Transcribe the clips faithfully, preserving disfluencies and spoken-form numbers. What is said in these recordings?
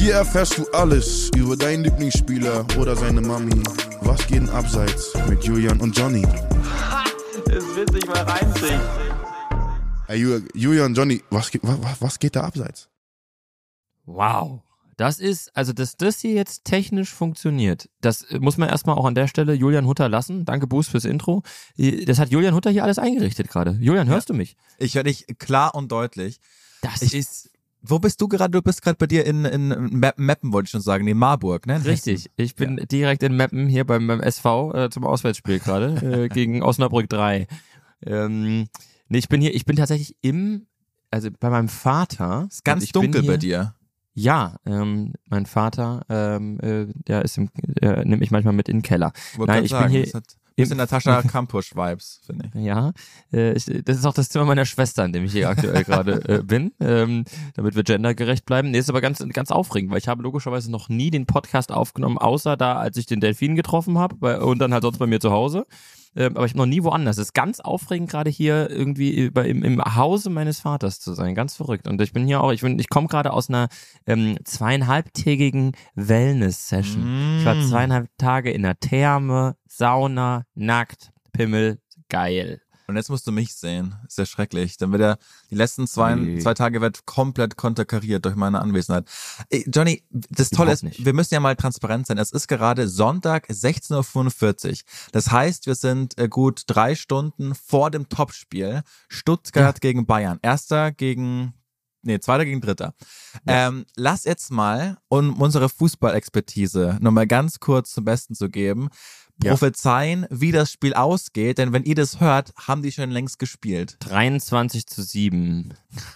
Hier erfährst du alles über deinen Lieblingsspieler oder seine Mami. Was geht denn abseits mit Julian und Johnny? Ha, das wird sich mal reinziehen. Hey Julian, Johnny, was, was, was geht da abseits? Wow. Das ist, also dass das hier jetzt technisch funktioniert, das muss man erstmal auch an der Stelle Julian Hutter lassen. Danke, Boost, fürs Intro. Das hat Julian Hutter hier alles eingerichtet gerade. Julian, hörst ja. du mich? Ich höre dich klar und deutlich. Das ich, ist... Wo bist du gerade? Du bist gerade bei dir in, in Meppen, wollte ich schon sagen, nee, Marburg, ne? Richtig, ich bin ja. direkt in Meppen hier beim, beim S V äh, zum Auswärtsspiel gerade äh, gegen Osnabrück drei. Ähm, nee, ich bin hier, ich bin tatsächlich im, also bei meinem Vater. Ist ganz dunkel bei dir. Ja, ähm, mein Vater, ähm, äh, der ist im, äh, nimmt mich manchmal mit in den Keller. Wollte Nein, ich sagen, bin hier das hat ein bisschen Natascha Kampusch-Vibes, finde ich. Ja, äh, ich, das ist auch das Zimmer meiner Schwester, in dem ich hier aktuell gerade äh, bin, ähm, damit wir gendergerecht bleiben. Nee, ist aber ganz ganz aufregend, weil ich habe logischerweise noch nie den Podcast aufgenommen, außer da, als ich den Delfin getroffen habe und dann halt sonst bei mir zu Hause. Ähm, aber ich habe noch nie woanders. Es ist ganz aufregend, gerade hier irgendwie bei, im, im Hause meines Vaters zu sein. Ganz verrückt. Und ich bin hier auch, ich bin, ich komme gerade aus einer ähm, zweieinhalbtägigen Wellness-Session. Mm. Ich war zweieinhalb Tage in der Therme, Sauna, nackt, Pimmel, geil. Und jetzt musst du mich sehen. Ist ja schrecklich. Dann wird er, die letzten zwei, nee. zwei Tage wird komplett konterkariert durch meine Anwesenheit. Ey, Johnny, das Tolle ist, nicht. wir müssen ja mal transparent sein. Es ist gerade Sonntag, sechzehn Uhr fünfundvierzig. Das heißt, wir sind äh, gut drei Stunden vor dem Topspiel. Stuttgart ja. gegen Bayern. Erster gegen, nee, zweiter gegen dritter. Ja. Ähm, lass jetzt mal, um unsere Fußballexpertise nochmal ganz kurz zum Besten zu geben, prophezeien, ja. wie das Spiel ausgeht, denn wenn ihr das hört, haben die schon längst gespielt. dreiundzwanzig zu sieben.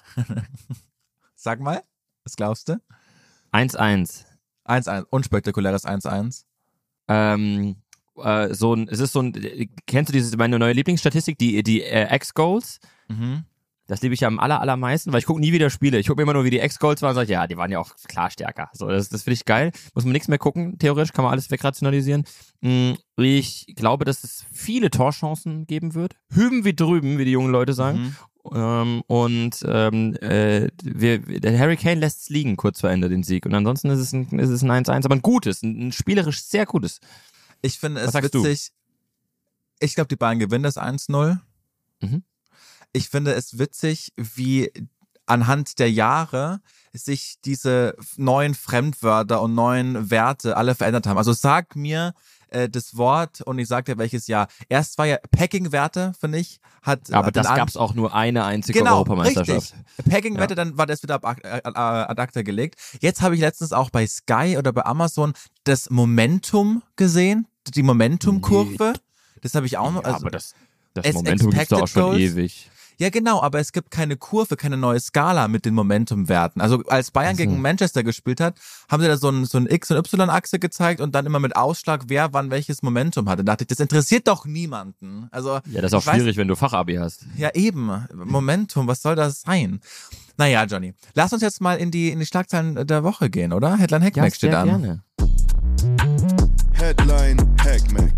Sag mal, was glaubst du? eins eins. eins eins, unspektakuläres eins eins. Ähm, äh, so ein, es ist so ein, kennst du diese, meine neue Lieblingsstatistik, die, die äh, X-Goals? Mhm. Das liebe ich ja am aller, allermeisten, weil ich gucke nie wieder Spiele. Ich gucke mir immer nur, wie die X-Goals waren und sage, ja, die waren ja auch klar stärker. So, das, das finde ich geil. Muss man nichts mehr gucken. Theoretisch kann man alles wegrationalisieren. Ich glaube, dass es viele Torchancen geben wird. Hüben wie drüben, wie die jungen Leute sagen. Mhm. Ähm, und ähm, äh, wir, der Harry Kane lässt es liegen, kurz vor Ende den Sieg. Und ansonsten ist es ein, ist es ein eins eins, aber ein gutes, ein, ein spielerisch sehr gutes. Ich finde Was es witzig. Du? Ich glaube, die Bayern gewinnen das eins null. Mhm. Ich finde es witzig, wie anhand der Jahre sich diese neuen Fremdwörter und neuen Werte alle verändert haben. Also sag mir äh, das Wort und ich sag dir welches Jahr. Erst war ja Packing-Werte, finde ich. Hat, aber hat das gab es auch nur eine einzige genau, Europameisterschaft. Richtig. Packing-Werte, ja. Dann war das wieder ab, äh, ad acta gelegt. Jetzt habe ich letztens auch bei Sky oder bei Amazon das Momentum gesehen, die Momentum-Kurve. Nee. Das habe ich auch noch. Also, ja, aber das, das Momentum gibt es doch auch schon Goals. ewig. Ja, genau, aber es gibt keine Kurve, keine neue Skala mit den Momentumwerten. Also als Bayern also. gegen Manchester gespielt hat, haben sie da so ein, so ein X- und Y-Achse gezeigt und dann immer mit Ausschlag, wer wann welches Momentum hatte. Da dachte ich, das interessiert doch niemanden. Also ja, das ist auch schwierig, weiß, wenn du Fachabi hast. Ja, eben. Momentum, was soll das sein? Naja, Johnny, lass uns jetzt mal in die, in die Schlagzeilen der Woche gehen, oder? Headline Hackmack ja, steht an. Gerne. Headline Hackmack.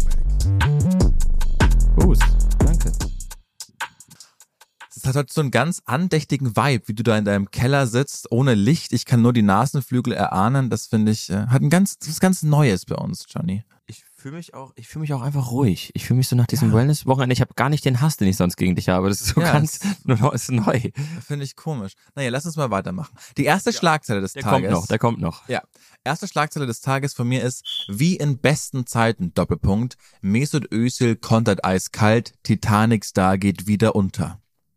Boost, danke. Das hat heute so einen ganz andächtigen Vibe, wie du da in deinem Keller sitzt, ohne Licht. Ich kann nur die Nasenflügel erahnen. Das finde ich, äh, hat ein ganz, was ganz Neues bei uns, Johnny. Ich fühle mich auch, ich fühle mich auch einfach ruhig. Ich fühle mich so nach diesem ja. Wellness-Wochenende. Ich habe gar nicht den Hass, den ich sonst gegen dich habe. Das ist so ja, ganz, das ist neu. Finde ich komisch. Naja, lass uns mal weitermachen. Die erste ja. Schlagzeile des der Tages. Der kommt noch, der kommt noch. Ja. Erste Schlagzeile des Tages von mir ist, wie in besten Zeiten, Doppelpunkt, Mesut Özil kontert eiskalt, Titanic-Star geht wieder unter.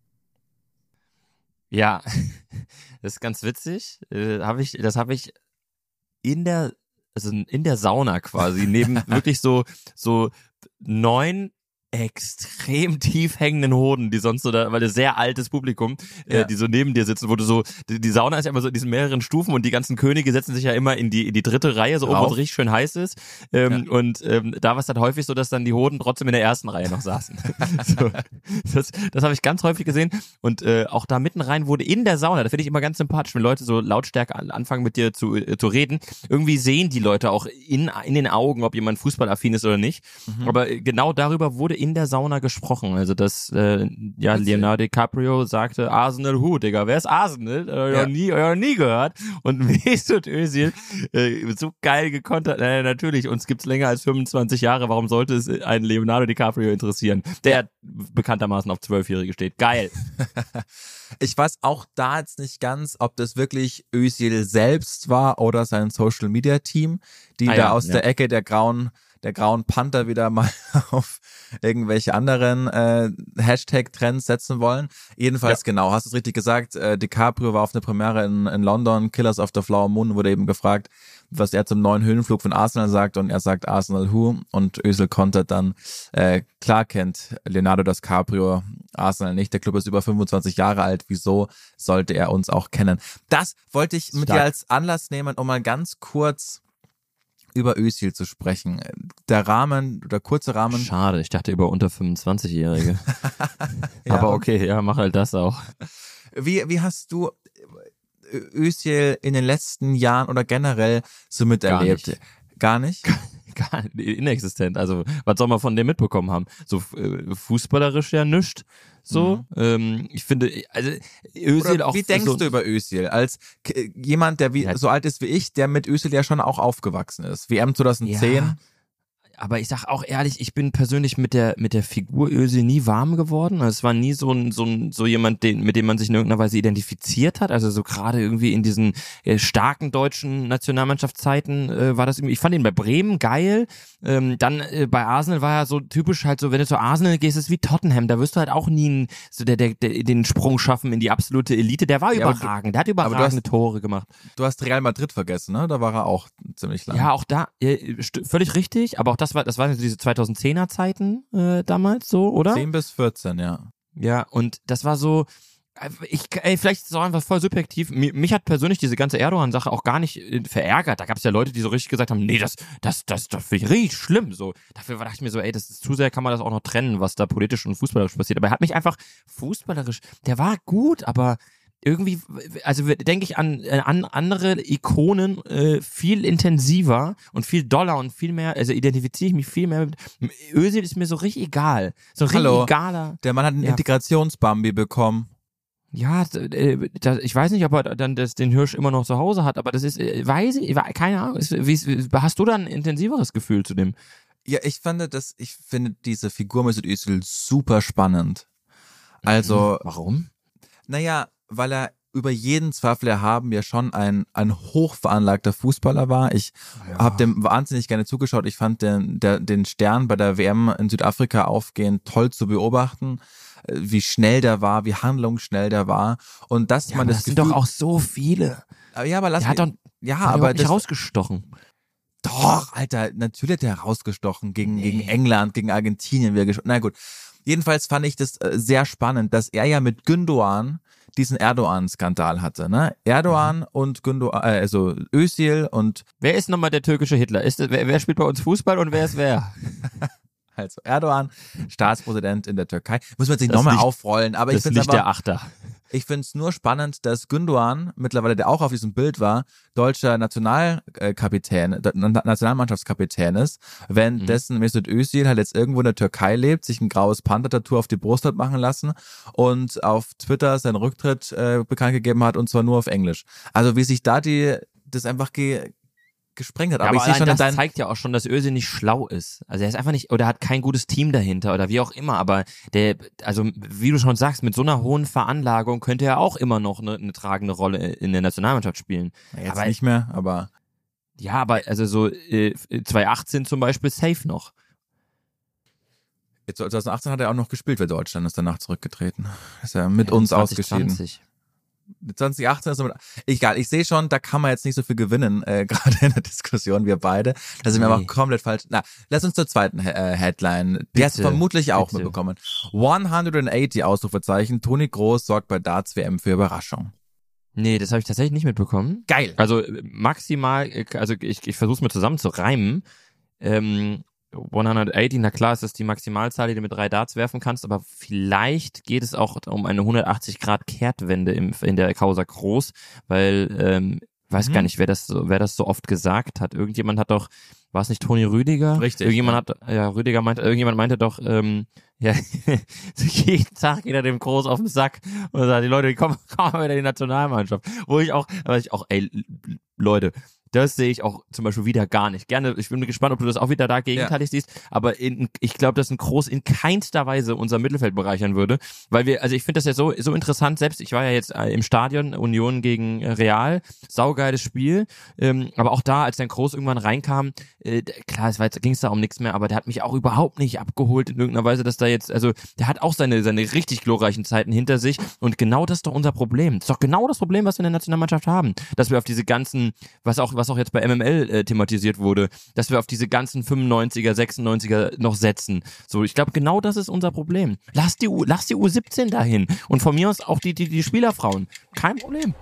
Ja, das ist ganz witzig. Äh, hab ich, das habe ich in der, also in der Sauna quasi, neben wirklich so, so neun extrem tief hängenden Hoden, die sonst so da, weil das sehr altes Publikum, ja. äh, die so neben dir sitzen, wo du so, die, die Sauna ist ja immer so in diesen mehreren Stufen und die ganzen Könige setzen sich ja immer in die in die dritte Reihe, so oben, wo es richtig schön heiß ist. Ähm, ja. Und ähm, da war es dann häufig so, dass dann die Hoden trotzdem in der ersten Reihe noch saßen. so, das das habe ich ganz häufig gesehen. Und äh, auch da mitten rein wurde in der Sauna, da finde ich immer ganz sympathisch, wenn Leute so lautstark anfangen mit dir zu äh, zu reden. Irgendwie sehen die Leute auch in in den Augen, ob jemand fußballaffin ist oder nicht. Mhm. Aber äh, genau darüber wurde in der Sauna gesprochen. Also das, äh, ja, Leonardo DiCaprio sagte, Arsenal who, Digga, wer ist Arsenal? Äh, ja. noch nie, noch nie gehört. Und Mesut Özil, äh, so geil gekontert, äh, natürlich, uns gibt's länger als fünfundzwanzig Jahre, warum sollte es einen Leonardo DiCaprio interessieren? Der bekanntermaßen auf Zwölfjährige steht. Geil. Ich weiß auch da jetzt nicht ganz, ob das wirklich Özil selbst war oder sein Social Media Team, die ah, da ja, aus ja. der Ecke der grauen, der grauen Panther wieder mal auf irgendwelche anderen äh, Hashtag-Trends setzen wollen. Jedenfalls ja. genau, hast du es richtig gesagt, äh, DiCaprio war auf einer Premiere in, in London, Killers of the Flower Moon, wurde eben gefragt, was er zum neuen Höhenflug von Arsenal sagt und er sagt Arsenal who und Özil kontert dann, äh, klar kennt Leonardo DiCaprio Arsenal nicht, der Club ist über fünfundzwanzig Jahre alt, wieso sollte er uns auch kennen? Das wollte ich mit Stark. dir als Anlass nehmen, um mal ganz kurz über Özil zu sprechen. Der Rahmen, der kurze Rahmen. Schade, ich dachte über unter fünfundzwanzig-Jährige. ja, aber okay, ja, mach halt das auch. Wie, wie hast du Özil in den letzten Jahren oder generell so miterlebt? Gar nicht. Gar nicht? Gar nicht, inexistent. Also, was soll man von dem mitbekommen haben? So äh, fußballerisch ja nischt. So, mhm. ähm, ich finde, also Özil Oder auch. Wie denkst so, du über Özil? Als k- jemand, der wie, ja. so alt ist wie ich, der mit Özil ja schon auch aufgewachsen ist. W M zwanzig zehn. Ja. Aber ich sag auch ehrlich, ich bin persönlich mit der mit der Figur Özil nie warm geworden. Also es war nie so ein so ein so jemand, den, mit dem man sich in irgendeiner Weise identifiziert hat. Also so gerade irgendwie in diesen äh, starken deutschen Nationalmannschaftszeiten äh, war das irgendwie. Ich fand ihn bei Bremen geil. Ähm, dann äh, bei Arsenal war er so typisch halt so, wenn du zu Arsenal gehst, ist wie Tottenham. Da wirst du halt auch nie ein, so der, der, der den Sprung schaffen in die absolute Elite. Der war ja, überragend. Der hat überragende hast, Tore gemacht. Du hast Real Madrid vergessen, ne? Da war er auch ziemlich lang. Ja, auch da äh, st- völlig richtig. Aber auch das war das waren diese zweitausendzehner Zeiten äh, damals so, oder? zehn bis vierzehn, ja. Ja, und das war so, ich, ey, vielleicht ist es auch einfach voll subjektiv. Mich, mich hat persönlich diese ganze Erdogan-Sache auch gar nicht äh, verärgert. Da gab es ja Leute, die so richtig gesagt haben, nee, das, das, das, das finde ich richtig schlimm. So, dafür dachte ich mir so, ey, das ist zu sehr, kann man das auch noch trennen, was da politisch und fußballerisch passiert. Aber er hat mich einfach fußballerisch, der war gut, aber irgendwie, also denke ich an, an andere Ikonen äh, viel intensiver und viel doller und viel mehr, also identifiziere ich mich viel mehr mit. Özil ist mir so richtig egal. So richtig Hallo, egaler. Der Mann hat einen ja. Integrationsbambi bekommen. Ja, äh, das, ich weiß nicht, ob er dann das, den Hirsch immer noch zu Hause hat, aber das ist, äh, weiß ich, keine Ahnung. Ist, wie, hast du da ein intensiveres Gefühl zu dem? Ja, ich fand das, ich finde diese Figur Mesut Özil super spannend. Also. Warum? Naja, weil er über jeden Zweifel erhaben ja schon ein ein hochveranlagter Fußballer war. Ich ja. habe dem wahnsinnig gerne zugeschaut. Ich fand den, der, den Stern bei der W M in Südafrika aufgehen toll zu beobachten, wie schnell der war, wie handlungsschnell der war. Und dass ja, man das, das Gefühl, sind doch auch so viele. Ja, aber lass der hat doch, ja, hat aber nicht das, rausgestochen. Doch, Alter, natürlich hat er rausgestochen gegen nee. gegen England, gegen Argentinien. Wie er gesch- Na gut. Jedenfalls fand ich das äh, sehr spannend, dass er ja mit Gündoğan diesen Erdogan-Skandal hatte, ne? Erdogan mhm. und Gündoğan, äh, also Özil und... Wer ist nochmal der türkische Hitler? Ist das, wer, wer spielt bei uns Fußball und wer ist wer? Also Erdogan, Staatspräsident in der Türkei. Muss man sich nochmal aufrollen, aber ich finde es der Achter. Ich finde es nur spannend, dass Gündoğan, mittlerweile der auch auf diesem Bild war, deutscher Nationalkapitän, Nationalmannschaftskapitän ist, wenn mhm. dessen Mesut Özil halt jetzt irgendwo in der Türkei lebt, sich ein graues Panther-Tattoo auf die Brust hat machen lassen und auf Twitter seinen Rücktritt äh, bekannt gegeben hat und zwar nur auf Englisch. Also wie sich da die das einfach ge gesprengt hat. Ja, aber, aber ich sehe schon, das zeigt ja auch schon, dass Özil nicht schlau ist. Also er ist einfach nicht, oder hat kein gutes Team dahinter oder wie auch immer, aber der, also wie du schon sagst, mit so einer hohen Veranlagung könnte er auch immer noch eine, eine tragende Rolle in der Nationalmannschaft spielen. Ja, jetzt aber, nicht mehr, aber... Ja, aber also so äh, zwanzig achtzehn zum Beispiel safe noch. Jetzt zwanzig achtzehn hat er auch noch gespielt für Deutschland, ist danach zurückgetreten. Ist er mit ja, uns zwanzig ausgeschieden. zwanzig zwanzig achtzehn ist damit, egal, ich sehe schon, da kann man jetzt nicht so viel gewinnen, äh, gerade in der Diskussion, wir beide. Da sind nee. wir aber komplett falsch. Na, lass uns zur zweiten äh, Headline. Die bitte, hast du vermutlich auch bitte. mitbekommen. hundertachtzig Ausrufezeichen, Toni Kroos sorgt bei Darts-W M für Überraschung. Nee, das habe ich tatsächlich nicht mitbekommen. Geil. Also maximal, also ich, ich versuche es mir zusammen zu reimen. Ähm, hundertachtzig, na klar ist das die Maximalzahl, die du mit drei Darts werfen kannst, aber vielleicht geht es auch um eine hundertachtzig Grad Kehrtwende im, in der Causa Kroos, weil, ähm, weiß mhm. gar nicht, wer das, so, wer das so oft gesagt hat. Irgendjemand hat doch, war es nicht Toni Rüdiger? Richtig. Irgendjemand ja. hat, ja, Rüdiger meinte, irgendjemand meinte doch, ähm, ja, jeden Tag geht er dem Groß auf den Sack und sagt, die Leute, die kommen, kommen wieder in die Nationalmannschaft. Wo ich auch, aber ich auch, ey, Leute, das sehe ich auch zum Beispiel wieder gar nicht. Gerne, ich bin gespannt, ob du das auch wieder da gegenteilig ja. siehst, aber in, ich glaube, dass ein Groß in keinster Weise unser Mittelfeld bereichern würde, weil wir, also ich finde das ja so so interessant, selbst, ich war ja jetzt im Stadion, Union gegen Real, saugeiles Spiel, ähm, aber auch da, als dann Groß irgendwann reinkam, äh, klar, es war jetzt, ging es da um nichts mehr, aber der hat mich auch überhaupt nicht abgeholt in irgendeiner Weise, dass da jetzt, also der hat auch seine seine richtig glorreichen Zeiten hinter sich und genau das ist doch unser Problem. Das ist doch genau das Problem, was wir in der Nationalmannschaft haben, dass wir auf diese ganzen, was auch was auch jetzt bei M M L äh, thematisiert wurde, dass wir auf diese ganzen fünfundneunziger, sechsundneunziger noch setzen. So, ich glaube, genau das ist unser Problem. Lass die U, lass die U siebzehn dahin und von mir aus auch die die die Spielerfrauen. Kein Problem.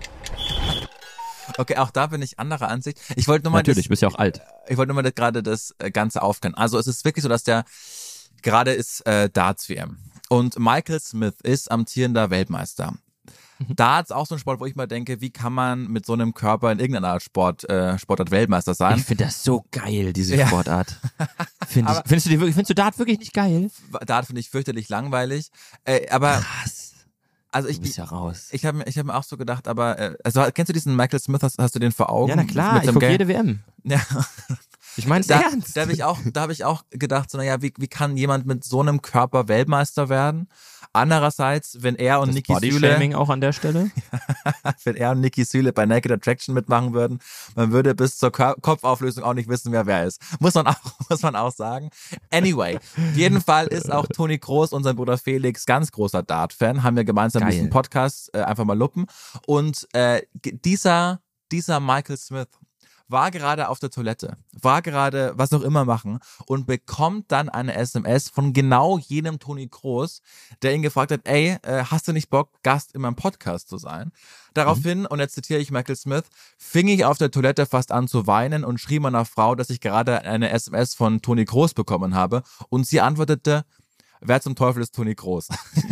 Okay, auch da bin ich anderer Ansicht. Ich wollte nur mal Natürlich, das, bist ja auch alt. Ich wollte nur mal das, gerade das Ganze aufklären. Also es ist wirklich so, dass der gerade ist äh, Darts-W M und Michael Smith ist amtierender Weltmeister. Darts auch so ein Sport, wo ich mal denke, wie kann man mit so einem Körper in irgendeiner Art Sport, äh, Sportart Weltmeister sein? Ich finde das so geil, diese ja. Sportart. Find ich, findest du die wirklich, findest du Dart wirklich nicht geil? Dart finde ich fürchterlich langweilig. Äh, aber krass. Also ich, du bist ja raus. Ich habe ich hab mir auch so gedacht, aber äh, also kennst du diesen Michael Smith? Hast, hast du den vor Augen? Ja, na klar, ich gucke jede W M. Ja. Ich meine es da, ernst. Da habe ich auch, da habe ich auch gedacht, so naja, wie wie kann jemand mit so einem Körper Weltmeister werden? Andererseits, wenn er und das Niki Süle, Body-Shaming auch an der Stelle, wenn er und Niki Süle bei Naked Attraction mitmachen würden, man würde bis zur Ko- Kopfauflösung auch nicht wissen, wer wer ist. Muss man auch, muss man auch sagen. Anyway, auf jeden Fall ist auch Toni Kroos und sein Bruder Felix ganz großer Dart-Fan, haben wir gemeinsam Geil. diesen Podcast äh, einfach mal luppen. Und äh, dieser dieser Michael Smith war gerade auf der Toilette, war gerade was auch immer machen und bekommt dann eine S M S von genau jenem Toni Kroos, der ihn gefragt hat, ey, äh, hast du nicht Bock, Gast in meinem Podcast zu sein? Daraufhin, mhm. und jetzt zitiere ich Michael Smith, fing ich auf der Toilette fast an zu weinen und schrie meiner Frau, dass ich gerade eine S M S von Toni Kroos bekommen habe und sie antwortete, wer zum Teufel ist Toni Kroos?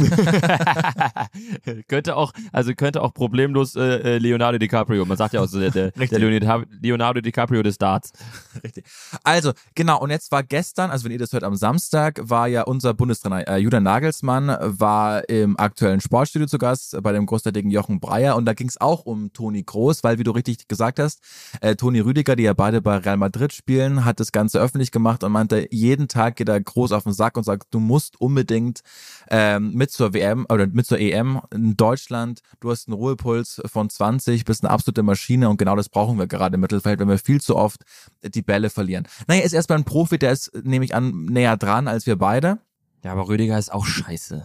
könnte auch, also könnte auch problemlos äh, Leonardo DiCaprio. Man sagt ja auch so, der, der, der Leonardo DiCaprio des Darts. Richtig. Also, genau, und jetzt war gestern, also wenn ihr das hört, am Samstag, war ja unser Bundestrainer äh, Julian Nagelsmann, war im aktuellen Sportstudio zu Gast bei dem großartigen Jochen Breyer und da ging es auch um Toni Kroos, weil, wie du richtig gesagt hast, äh, Toni Rüdiger, die ja beide bei Real Madrid spielen, hat das Ganze öffentlich gemacht und meinte, jeden Tag geht er groß auf den Sack und sagt, du musst unbedingt ähm, mit zur W M oder mit zur E M in Deutschland. Du hast einen Ruhepuls von zwanzig, bist eine absolute Maschine und genau das brauchen wir gerade im Mittelfeld, wenn wir viel zu oft die Bälle verlieren. Naja, ist erstmal ein Profi, der ist, nehme ich an, näher dran als wir beide. Ja, aber Rüdiger ist auch scheiße.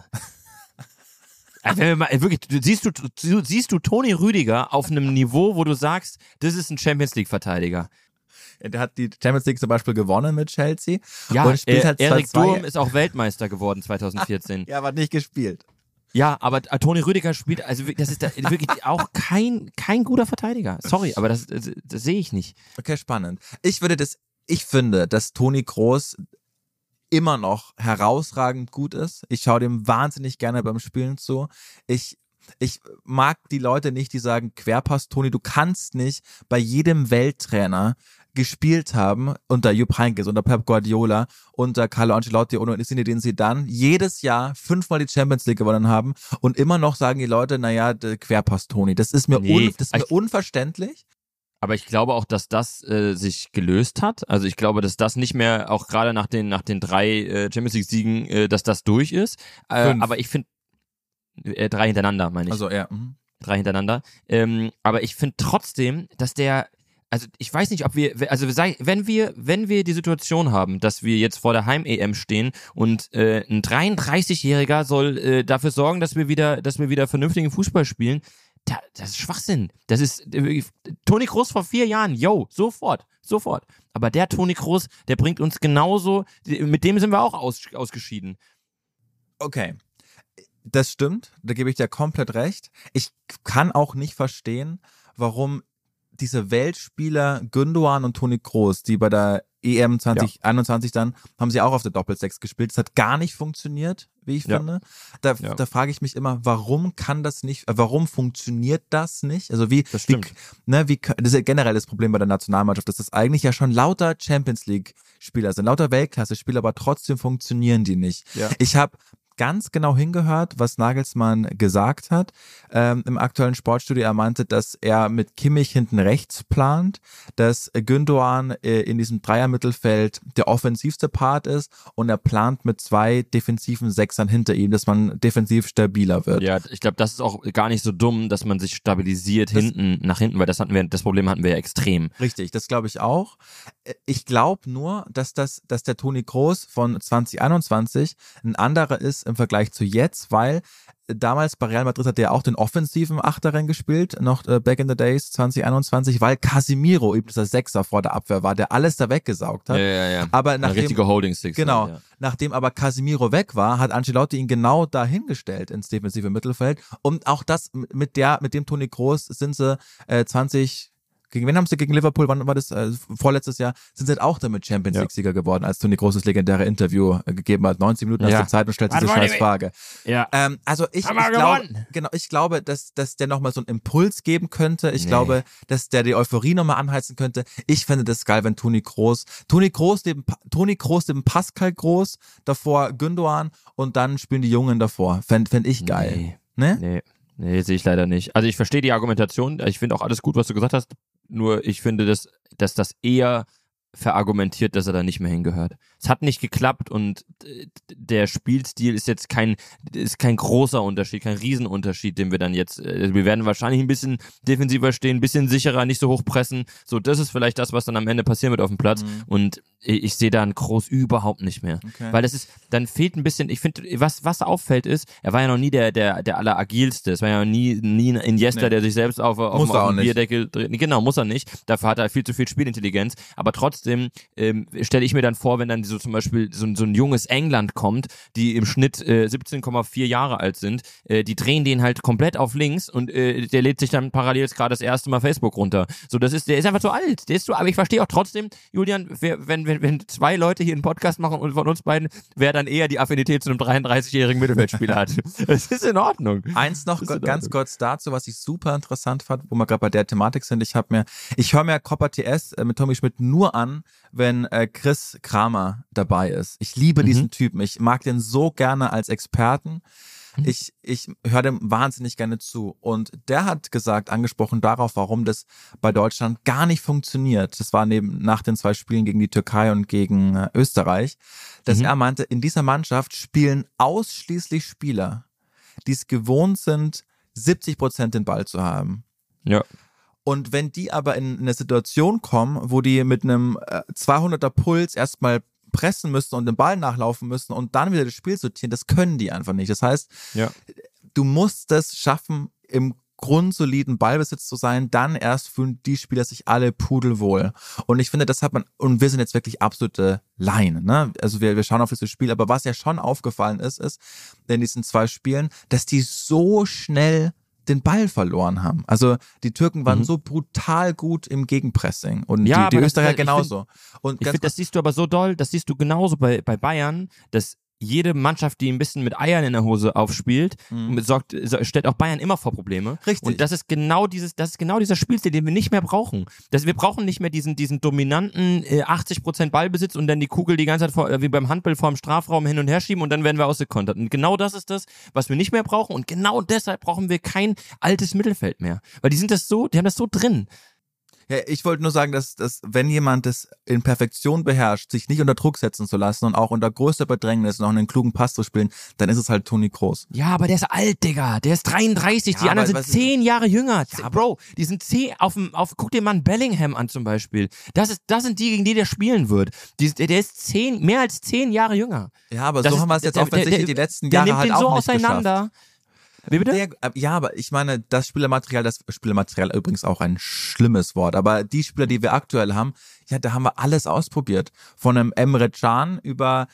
Also wenn wir mal, wirklich, du, siehst du, du siehst du Toni Rüdiger auf einem Niveau, wo du sagst, das ist ein Champions League Verteidiger. Der hat die Champions League zum Beispiel gewonnen mit Chelsea. Ja, und spielt äh, halt Erik Durm ist auch Weltmeister geworden zwanzig vierzehn. Ja, aber nicht gespielt. Ja, aber äh, Toni Rüdiger spielt, also das ist da, wirklich auch kein kein guter Verteidiger. Sorry, aber das, das, das sehe ich nicht. Okay, spannend. Ich würde das, ich finde, dass Toni Kroos immer noch herausragend gut ist. Ich schaue dem wahnsinnig gerne beim Spielen zu. Ich Ich mag die Leute nicht, die sagen, Querpass, Toni, du kannst nicht bei jedem Welttrainer gespielt haben, unter Jupp Heynckes, unter Pep Guardiola, unter Carlo Ancelotti und Zinedine Zidane, jedes Jahr fünfmal die Champions League gewonnen haben und immer noch sagen die Leute, naja, Querpass, Toni, das ist mir, nee, un, das ist mir ich, unverständlich. Aber ich glaube auch, dass das äh, sich gelöst hat. Also ich glaube, dass das nicht mehr, auch gerade nach den nach den drei äh, Champions League Siegen, äh, dass das durch ist. Äh, aber ich finde, äh, drei hintereinander, meine ich. Also ja. Mhm. Drei hintereinander. Ähm, aber ich finde trotzdem, dass der, also ich weiß nicht, ob wir, also wenn wir, wenn wir die Situation haben, dass wir jetzt vor der Heim-E M stehen und äh, ein dreiunddreißigjähriger soll äh, dafür sorgen, dass wir wieder, dass wir wieder vernünftigen Fußball spielen, da, das ist Schwachsinn. Das ist äh, Toni Kroos vor vier Jahren, yo, sofort, sofort. Aber der Toni Kroos, der bringt uns genauso, mit dem sind wir auch aus, ausgeschieden. Okay. Das stimmt, da gebe ich dir komplett recht. Ich kann auch nicht verstehen, warum diese Weltspieler Gündoğan und Toni Kroos, die bei der E M zwanzig einundzwanzig ja. dann, haben sie auch auf der Doppelsechs gespielt. Das hat gar nicht funktioniert, wie ich ja. finde. Da, ja. da frage ich mich immer, warum kann das nicht, äh, warum funktioniert das nicht? Also wie, das stimmt. wie, ne, wie, das ist ja generell das Problem bei der Nationalmannschaft, dass das eigentlich ja schon lauter Champions League Spieler sind, lauter Weltklasse-Spieler, aber trotzdem funktionieren die nicht. Ja. Ich habe ganz genau hingehört, was Nagelsmann gesagt hat ähm, im aktuellen Sportstudio. Er meinte, dass er mit Kimmich hinten rechts plant, dass Gündoğan äh, in diesem Dreier-Mittelfeld der offensivste Part ist und er plant mit zwei defensiven Sechsern hinter ihm, dass man defensiv stabiler wird. Ja, ich glaube, das ist auch gar nicht so dumm, dass man sich stabilisiert das, hinten nach hinten, weil das hatten wir, das Problem hatten wir ja extrem. Richtig, das glaube ich auch. Ich glaube nur, dass das, dass der Toni Kroos von zwanzig einundzwanzig ein anderer ist im Vergleich zu jetzt, weil damals bei Real Madrid hat er auch den offensiven Achteren gespielt, noch äh, back in the days zwanzig einundzwanzig, weil Casemiro eben dieser Sechser vor der Abwehr war, der alles da weggesaugt hat. Ja, ja, ja. Aber nachdem, Eine richtige Holding Six. Genau. Ja. Nachdem aber Casemiro weg war, hat Ancelotti ihn genau dahingestellt ins defensive Mittelfeld. Und auch das mit der, mit dem Toni Kroos sind sie äh, zwanzig Gegen wen haben sie gegen Liverpool, wann war das, äh, vorletztes Jahr, sind sie halt auch damit Champions League Sieger geworden, als Toni Kroos das legendäre Interview äh, gegeben hat. neunzig Minuten ja. hast du Zeit und stellst diese scheiß Frage. Ja. Ähm, also ich, ich glaube, genau, ich glaube, dass, dass der nochmal so einen Impuls geben könnte. Ich nee. glaube, dass der die Euphorie nochmal anheizen könnte. Ich fände das geil, wenn Toni Kroos, Toni Kroos neben, Toni Kroos neben Pascal Groß, davor Gündoğan und dann spielen die Jungen davor. Fände fänd ich geil. Nee. Ne? Nee. Nee, sehe ich leider nicht. Also ich verstehe die Argumentation. Ich finde auch alles gut, was du gesagt hast. Nur ich finde, dass, dass das eher verargumentiert, dass er da nicht mehr hingehört. Es hat nicht geklappt und der Spielstil ist jetzt kein, ist kein großer Unterschied, kein Riesenunterschied, den wir dann jetzt, wir werden wahrscheinlich ein bisschen defensiver stehen, ein bisschen sicherer, nicht so hoch pressen. So, das ist vielleicht das, was dann am Ende passieren wird auf dem Platz. Mhm. Und ich, ich sehe da einen Kroos überhaupt nicht mehr. Okay. Weil das ist, dann fehlt ein bisschen, ich finde, was, was auffällt ist, er war ja noch nie der, der, der alleragilste. Es war ja nie, nie ein Iniesta, nee. der sich selbst auf, auf, auf den Bierdeckel dreht. Genau, muss er nicht. Dafür hat er viel zu viel Spielintelligenz. Aber trotzdem ähm, stelle ich mir dann vor, wenn dann so zum Beispiel so, so ein junges England kommt, die im Schnitt äh, siebzehn Komma vier Jahre alt sind, äh, die drehen den halt komplett auf links und äh, der lädt sich dann parallel gerade das erste Mal Facebook runter. So, das ist, der ist einfach zu alt. Der ist zu, aber ich verstehe auch trotzdem, Julian, wer, wenn, wenn, wenn zwei Leute hier einen Podcast machen und von uns beiden, wer dann eher die Affinität zu einem dreiunddreißigjährigen Mittelfeldspieler hat. Das ist in Ordnung. Eins noch go- ganz kurz dazu, was ich super interessant fand, wo wir gerade bei der Thematik sind. Ich habe mir, ich höre mir Copa T S äh, mit Tommy Schmidt nur an, wenn äh, Chris Kramer dabei ist. Ich liebe mhm. diesen Typen. Ich mag den so gerne als Experten. Ich, ich höre dem wahnsinnig gerne zu. Und der hat gesagt, angesprochen darauf, warum das bei Deutschland gar nicht funktioniert. Das war neben, nach den zwei Spielen gegen die Türkei und gegen äh, Österreich, dass mhm. er meinte, in dieser Mannschaft spielen ausschließlich Spieler, die es gewohnt sind, siebzig Prozent den Ball zu haben. Ja. Und wenn die aber in eine Situation kommen, wo die mit einem äh, zweihunderter Puls erstmal pressen müssen und den Ball nachlaufen müssen und dann wieder das Spiel sortieren, das können die einfach nicht. Das heißt, ja. du musst es schaffen, im grundsoliden Ballbesitz zu sein, dann erst fühlen die Spieler sich alle pudelwohl. Und ich finde, das hat man, und wir sind jetzt wirklich absolute Laien, ne? Also wir, wir schauen auf dieses Spiel, aber was ja schon aufgefallen ist, ist in diesen zwei Spielen, dass die so schnell den Ball verloren haben. Also die Türken waren mhm. so brutal gut im Gegenpressing und ja, die, die das, Österreicher ich genauso. Find, und ich finde, das siehst du aber so doll, das siehst du genauso bei, bei Bayern, dass jede Mannschaft, die ein bisschen mit Eiern in der Hose aufspielt, mhm. sorgt, stellt auch Bayern immer vor Probleme. Richtig. Und das ist genau dieses, das ist genau dieser Spielstil, den wir nicht mehr brauchen. Das, wir brauchen nicht mehr diesen, diesen dominanten äh, achtzig Prozent Ballbesitz und dann die Kugel die ganze Zeit vor, äh, wie beim Handball vor dem Strafraum hin und her schieben und dann werden wir ausgekontert. Und genau das ist das, was wir nicht mehr brauchen. Und genau deshalb brauchen wir kein altes Mittelfeld mehr. Weil die sind das so, die haben das so drin. Ja, ich wollte nur sagen, dass, dass wenn jemand das in Perfektion beherrscht, sich nicht unter Druck setzen zu lassen und auch unter größter Bedrängnis noch einen klugen Pass zu spielen, dann ist es halt Toni Kroos. Ja, aber der ist alt, Digga. Der ist dreiunddreißig. Ja, die anderen sind zehn Jahre jünger. Ja, Bro, die sind zehn auf dem, auf, guck dir mal einen Bellingham an zum Beispiel. Das ist, das sind die, gegen die der spielen wird. Die, der, der ist zehn, mehr als zehn Jahre jünger. Ja, aber das so ist, haben wir es jetzt offensichtlich die letzten Jahre halt auch nicht geschafft. Der nimmt den so auseinander. Wie bitte? Ja, aber ich meine, das Spielermaterial, das Spielermaterial übrigens auch ein schlimmes Wort, aber die Spieler, die wir aktuell haben, ja, da haben wir alles ausprobiert. Von einem Emre Can über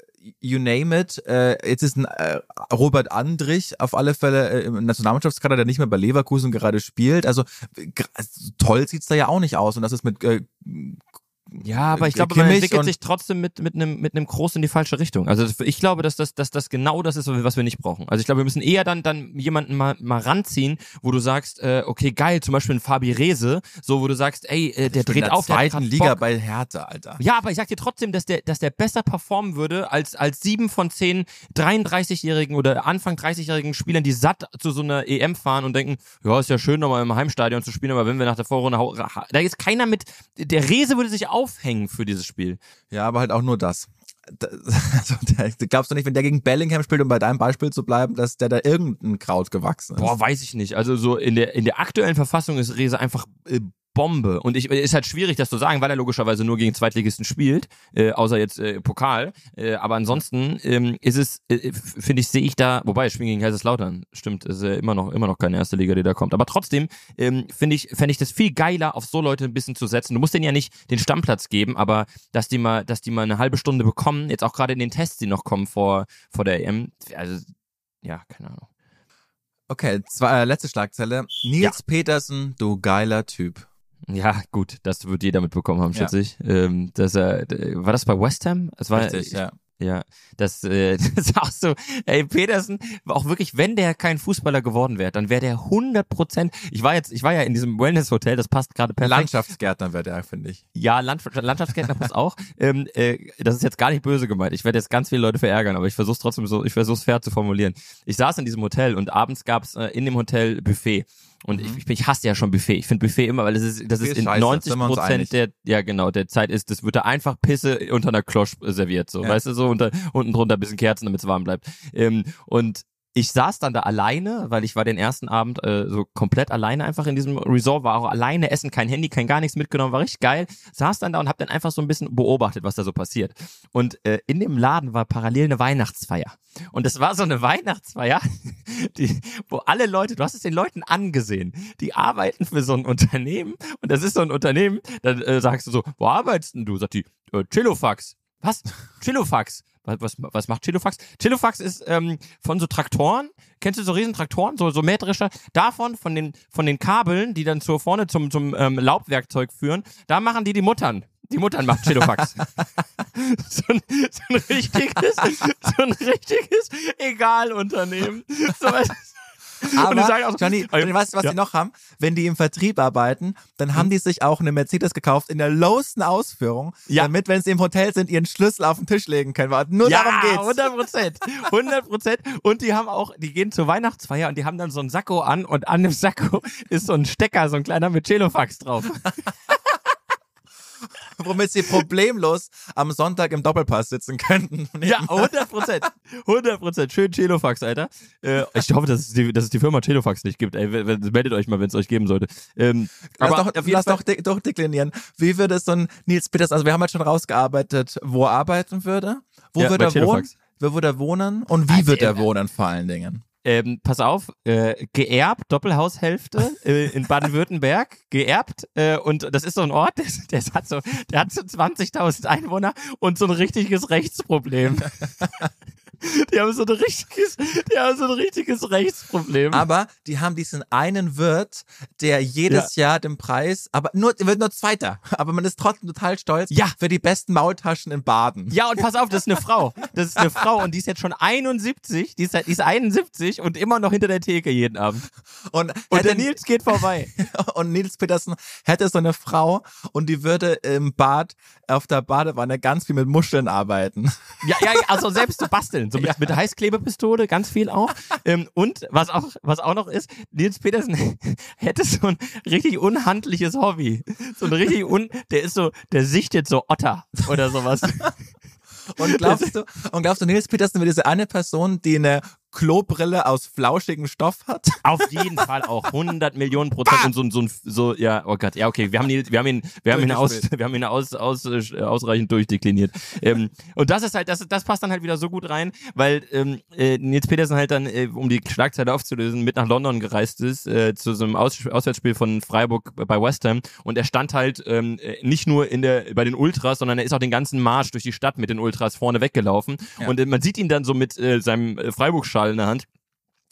you name it, äh, jetzt ist ein äh, Robert Andrich auf alle Fälle äh, im Nationalmannschaftskader, der nicht mehr bei Leverkusen gerade spielt, also g- toll sieht's da ja auch nicht aus und das ist mit äh, Ja, aber ich glaube, man entwickelt sich trotzdem mit mit einem mit einem Groß in die falsche Richtung. Also ich glaube, dass das dass das genau das ist, was wir nicht brauchen. Also ich glaube, wir müssen eher dann dann jemanden mal mal ranziehen, wo du sagst, äh, okay, geil, zum Beispiel ein Fabi Rehse, so wo du sagst, ey, äh, der ich dreht bin in der auf, zweiten der Liga Bock. bei Hertha, Alter. Ja, aber ich sag dir trotzdem, dass der dass der besser performen würde als als sieben von zehn dreiunddreißigjährigen oder Anfang dreißigjährigen Spielern, die satt zu so einer E M fahren und denken, ja, ist ja schön, nochmal im Heimstadion zu spielen, aber wenn wir nach der Vorrunde, da ist keiner mit, der Rehse würde sich aufhängen für dieses Spiel. Ja, aber halt auch nur das. Also, der, glaubst du nicht, wenn der gegen Bellingham spielt, um bei deinem Beispiel zu bleiben, dass der da irgendein Kraut gewachsen ist? Boah, weiß ich nicht. Also so in der in der aktuellen Verfassung ist Rehse einfach äh, Bombe. Und ich ist halt schwierig, das zu sagen, weil er logischerweise nur gegen Zweitligisten spielt, äh, außer jetzt äh, Pokal. Äh, aber ansonsten ähm, ist es, äh, finde ich, sehe ich da, wobei, spielen gegen Kaiserslautern, stimmt, ist äh, immer noch immer noch keine erste Liga, die da kommt. Aber trotzdem ähm, finde ich, fände ich das viel geiler, auf so Leute ein bisschen zu setzen. Du musst denen ja nicht den Stammplatz geben, aber dass die mal, dass die mal eine halbe Stunde bekommen, jetzt auch gerade in den Tests, die noch kommen vor vor der E M. Also ja, keine Ahnung. Okay, zwei, äh, letzte Schlagzeile. Nils ja. Petersen, du geiler Typ. Ja, gut, das wird jeder mitbekommen haben, schätze ja. ich. Ähm, dass er, war das bei West Ham? Es war, Richtig, ja. Ja, das, äh, das ist auch so, ey, Petersen, auch wirklich, wenn der kein Fußballer geworden wäre, dann wäre der hundert Prozent, ich war jetzt, ich war ja in diesem Wellness-Hotel, das passt gerade perfekt. Landschaftsgärtner wäre der, finde ich. Ja, Land, Landschaftsgärtner passt auch. Ähm, äh, das ist jetzt gar nicht böse gemeint. Ich werde jetzt ganz viele Leute verärgern, aber ich versuche es trotzdem so, ich versuche es fair zu formulieren. Ich saß in diesem Hotel und abends gab es äh, in dem Hotel Buffet. Und mhm. ich, ich hasse ja schon Buffet. Ich finde Buffet immer, weil das ist, das ist in Scheiße, neunzig Prozent der, ja genau, der Zeit ist, das wird da einfach Pisse unter einer Klosch serviert, so, ja. Weißt du, so unter, unten drunter ein bisschen Kerzen, damit es warm bleibt. Ähm, und ich saß dann da alleine, weil ich war den ersten Abend äh, so komplett alleine einfach in diesem Resort, war auch alleine essen, kein Handy, kein gar nichts mitgenommen, war richtig geil. Saß dann da und hab dann einfach so ein bisschen beobachtet, was da so passiert. Und äh, in dem Laden war parallel eine Weihnachtsfeier. Und das war so eine Weihnachtsfeier, die, wo alle Leute, du hast es den Leuten angesehen, die arbeiten für so ein Unternehmen und das ist so ein Unternehmen, dann äh, sagst du so, wo arbeitest denn du? Sagt die, äh, Chillofax. Was? Chillofax. Was, was, was macht Chillofax? Chillofax ist ähm, von so Traktoren, kennst du so Riesentraktoren, so, so Mähdrescher, davon, von den, von den Kabeln, die dann zur vorne zum, zum ähm, Laubwerkzeug führen, da machen die die Muttern. Die Muttern macht Chillofax. so, ein, so ein richtiges, so ein richtiges Egalunternehmen. So was. Aber, auch, Johnny, Johnny, weißt du, was ja. die noch haben? Wenn die im Vertrieb arbeiten, dann haben die sich auch eine Mercedes gekauft in der lowsten Ausführung, ja. damit, wenn sie im Hotel sind, ihren Schlüssel auf den Tisch legen können. Nur ja, darum geht's. hundert Prozent. hundert Prozent. Und die haben auch, die gehen zur Weihnachtsfeier und die haben dann so einen Sakko an und an dem Sakko ist so ein Stecker, so ein kleiner mit Chillofax drauf. Womit sie problemlos am Sonntag im Doppelpass sitzen könnten. Ja, hundert Prozent. hundert Prozent. Schön Chillofax, Alter. Äh, ich hoffe, dass es, die, dass es die Firma Chillofax nicht gibt. Ey, meldet euch mal, wenn es euch geben sollte. Ähm, lass aber doch, lass doch, de- doch deklinieren. Wie würde es so ein Nils Peters, also wir haben jetzt schon rausgearbeitet, wo er arbeiten würde, wo ja, würde er wohnen, wo würde er wohnen und wie also, wird er wohnen vor allen Dingen. Ähm, pass auf, äh, geerbt, Doppelhaushälfte äh, in Baden-Württemberg, geerbt äh, und das ist so ein Ort, der, der hat so, der hat so zwanzigtausend Einwohner und so ein richtiges Rechtsproblem. Die haben so ein richtiges, die haben so ein richtiges Rechtsproblem. Aber die haben diesen einen Wirt, der jedes ja. Jahr den Preis, aber nur, wird nur Zweiter, aber man ist trotzdem total stolz ja. für die besten Maultaschen in Baden. Ja, und pass auf, das ist eine Frau. Das ist eine Frau und die ist jetzt schon einundsiebzig, die ist, die ist einundsiebzig und immer noch hinter der Theke jeden Abend. Und, und der Nils geht vorbei. Und Nils Petersen hätte so eine Frau und die würde im Bad auf der Badewanne ganz viel mit Muscheln arbeiten. Ja, ja, also selbst zu basteln. So mit, ja. mit Heißklebepistole, ganz viel auch. Ähm, und was auch, was auch noch ist, Nils Petersen hätte so ein richtig unhandliches Hobby. So ein richtig un, der ist so, der sichtet so Otter oder sowas. Und glaubst du, und glaubst du, Nils Petersen wird diese eine Person, die eine Klobrille aus flauschigem Stoff hat? Auf jeden Fall auch hundert Millionen Prozent und so ein so, ein so ja oh Gott ja okay wir haben ihn wir haben ihn wir haben ihn aus wir haben ihn aus, aus äh, ausreichend durchdekliniert ähm, und das ist halt das das passt dann halt wieder so gut rein, weil ähm, äh, Nils Petersen halt dann äh, um die Schlagzeile aufzulösen mit nach London gereist ist äh, zu so einem Aus- Auswärtsspiel von Freiburg bei West Ham und er stand halt ähm, nicht nur in der bei den Ultras, sondern er ist auch den ganzen Marsch durch die Stadt mit den Ultras vorne weggelaufen ja. und äh, man sieht ihn dann so mit äh, seinem äh, Freiburg-Schal in der Hand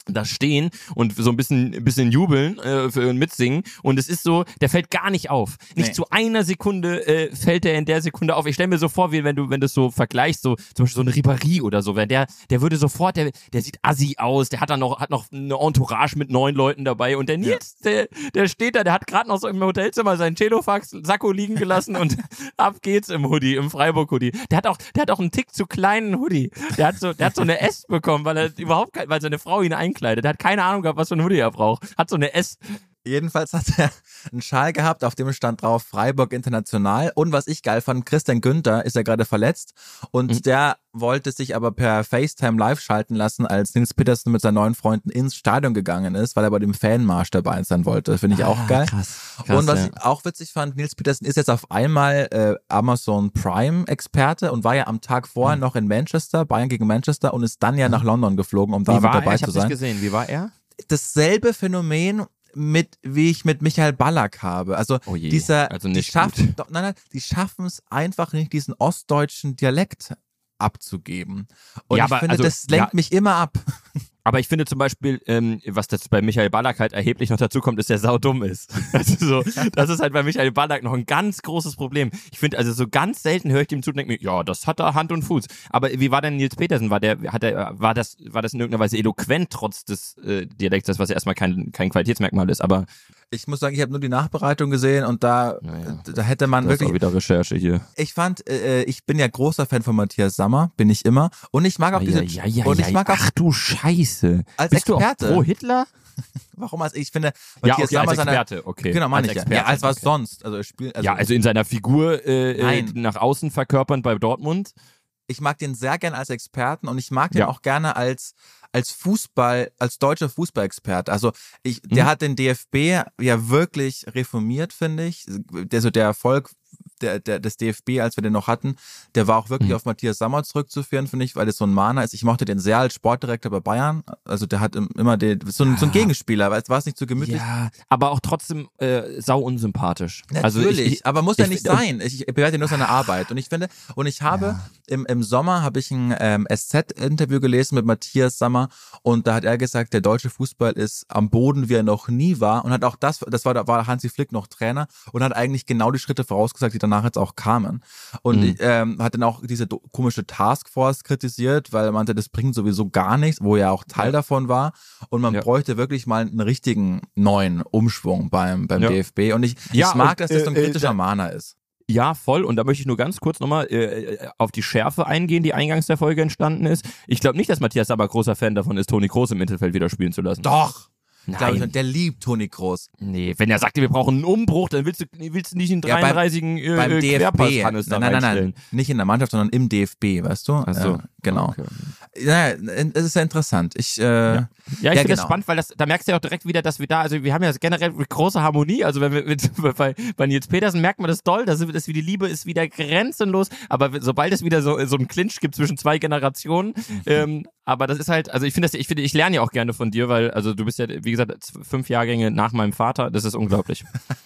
da stehen und so ein bisschen ein bisschen jubeln äh, für, und mitsingen und es ist so, der fällt gar nicht auf. Nicht Nee. zu einer Sekunde äh, fällt der in der Sekunde auf. Ich stelle mir so vor, wie wenn du wenn du es so vergleichst, so zum Beispiel so eine Ribéry oder so, wenn der der würde sofort, der der sieht assi aus, der hat dann noch hat noch eine Entourage mit neun Leuten dabei und der Nils, ja. der der steht da, der hat gerade noch so im Hotelzimmer seinen Celofax Sakko liegen gelassen und ab geht's im Hoodie, im Freiburg Hoodie. Der hat auch der hat auch einen Tick zu kleinen Hoodie. Der hat so der hat so eine S bekommen, weil er überhaupt kein, weil seine Frau ihn einkleidet. Der hat keine Ahnung gehabt, was für ein Hoodie er braucht. Hat so eine S. Jedenfalls hat er einen Schal gehabt, auf dem stand drauf Freiburg International. Und was ich geil fand, Christian Günther ist ja gerade verletzt und mhm. der wollte sich aber per FaceTime live schalten lassen, als Nils Petersen mit seinen neuen Freunden ins Stadion gegangen ist, weil er bei dem Fanmarsch dabei sein wollte. Finde ich ah, auch geil. Krass, krass, und was ja. ich auch witzig fand, Nils Petersen ist jetzt auf einmal äh, Amazon Prime Experte und war ja am Tag vorher mhm. noch in Manchester, Bayern gegen Manchester und ist dann ja nach London geflogen, um da mit dabei er? Ich zu hab's sein. Nicht gesehen. Wie war er? Dasselbe Phänomen mit, wie ich mit Michael Ballack habe. Also oh je, dieser, also nicht die schaffen, doch, nein, nein, die schaffen es einfach nicht, diesen ostdeutschen Dialekt abzugeben. Und ja, ich aber, finde, also, das lenkt ja, mich immer ab. Aber ich finde zum Beispiel, ähm, was das bei Michael Ballack halt erheblich noch dazu kommt, ist, der saudumm ist. Also so, das ist halt bei Michael Ballack noch ein ganz großes Problem. Ich finde, also so ganz selten höre ich dem zu und denke mir, ja, das hat da Hand und Fuß. Aber wie war denn Nils Petersen? War der, hat er, war das, war das in irgendeiner Weise eloquent trotz des äh, Dialekts, was ja erstmal kein, kein Qualitätsmerkmal ist, aber ich muss sagen, ich habe nur die Nachbereitung gesehen und da, naja, da hätte man das wirklich. Ist auch wieder Recherche hier. Ich fand, äh, ich bin ja großer Fan von Matthias Sammer, bin ich immer. Und ich mag auch ja, diese. Ja, ja, und ich ja, mag auch, ach du Scheiße. Als Bist Experte. Du auch pro Hitler? Warum? Also ich finde, Ja, Matthias okay, Sammer als seine- Experte, okay. Genau, meine Als ich ja. Experte, Ja, als was okay. sonst. Also, er spielt, also ja, also in seiner Figur äh, äh, Nein. nach außen verkörpernd bei Dortmund. ich mag den sehr gern als Experten und ich mag den Ja. auch gerne als als Fußball, als deutscher Fußballexperte. Also ich, der Mhm. hat den D F B ja wirklich reformiert, finde ich. Der so der Erfolg der, der, des D F B, als wir den noch hatten, der war auch wirklich Mhm. auf Matthias Sammer zurückzuführen, finde ich, weil das so ein Mahner ist. Ich mochte den sehr als Sportdirektor bei Bayern. Also der hat im- immer den, so ein, so ein Ja. Gegenspieler, weil es war es nicht so gemütlich. Ja, aber auch trotzdem äh, sau unsympathisch. Natürlich, Also ich, ich, aber muss ja ich- nicht sein. Ich, ich bewerte nur seine Arbeit. Und ich finde, und ich habe Ja. im, im Sommer habe ich ein ähm, S Z-Interview gelesen mit Matthias Sammer und da hat er gesagt, der deutsche Fußball ist am Boden, wie er noch nie war und hat auch das, das war, da war Hansi Flick noch Trainer und hat eigentlich genau die Schritte vorausgesagt, die danach jetzt auch kamen. Und Mhm. ähm, hat dann auch diese do- komische Taskforce kritisiert, weil er meinte, das bringt sowieso gar nichts, wo er auch Teil Ja. davon war. Und man Ja. bräuchte wirklich mal einen richtigen neuen Umschwung beim, beim Ja. D F B. Und ich, Ja, ich mag, und, dass das so ein äh, äh, kritischer da- Mahner ist. Ja, voll. Und da möchte ich nur ganz kurz nochmal äh, auf die Schärfe eingehen, die eingangs der Folge entstanden ist. Ich glaube nicht, dass Matthias aber großer Fan davon ist, Toni Kroos im Mittelfeld wieder spielen zu lassen. Doch! Nein. Glaub ich, schon, der liebt Toni Kroos. Nee, wenn er sagt, wir brauchen einen Umbruch, dann willst du, willst du nicht einen Ja, beim- dreiunddreißigen äh, Beim äh, D F Querpass B. Hannes da Nein, nein, nein, reinstellen. nein. Nicht in der Mannschaft, sondern im D F B, weißt du? Ach so. Ja, genau. Okay. Ja, es ist ja interessant. Ich, äh, Ja, ja ich Ja, finde genau. das spannend, weil das, da merkst du ja auch direkt wieder, dass wir da, also wir haben ja generell große Harmonie, also wenn wir mit, bei, bei Nils Petersen merkt man das doll, dass, dass wie die Liebe ist wieder grenzenlos, aber sobald es wieder so, so einen Clinch gibt zwischen zwei Generationen, Mhm. ähm, aber das ist halt, also ich finde das, ich finde, ich lerne ja auch gerne von dir, weil, also du bist ja, wie gesagt, z- fünf Jahrgänge nach meinem Vater, das ist unglaublich.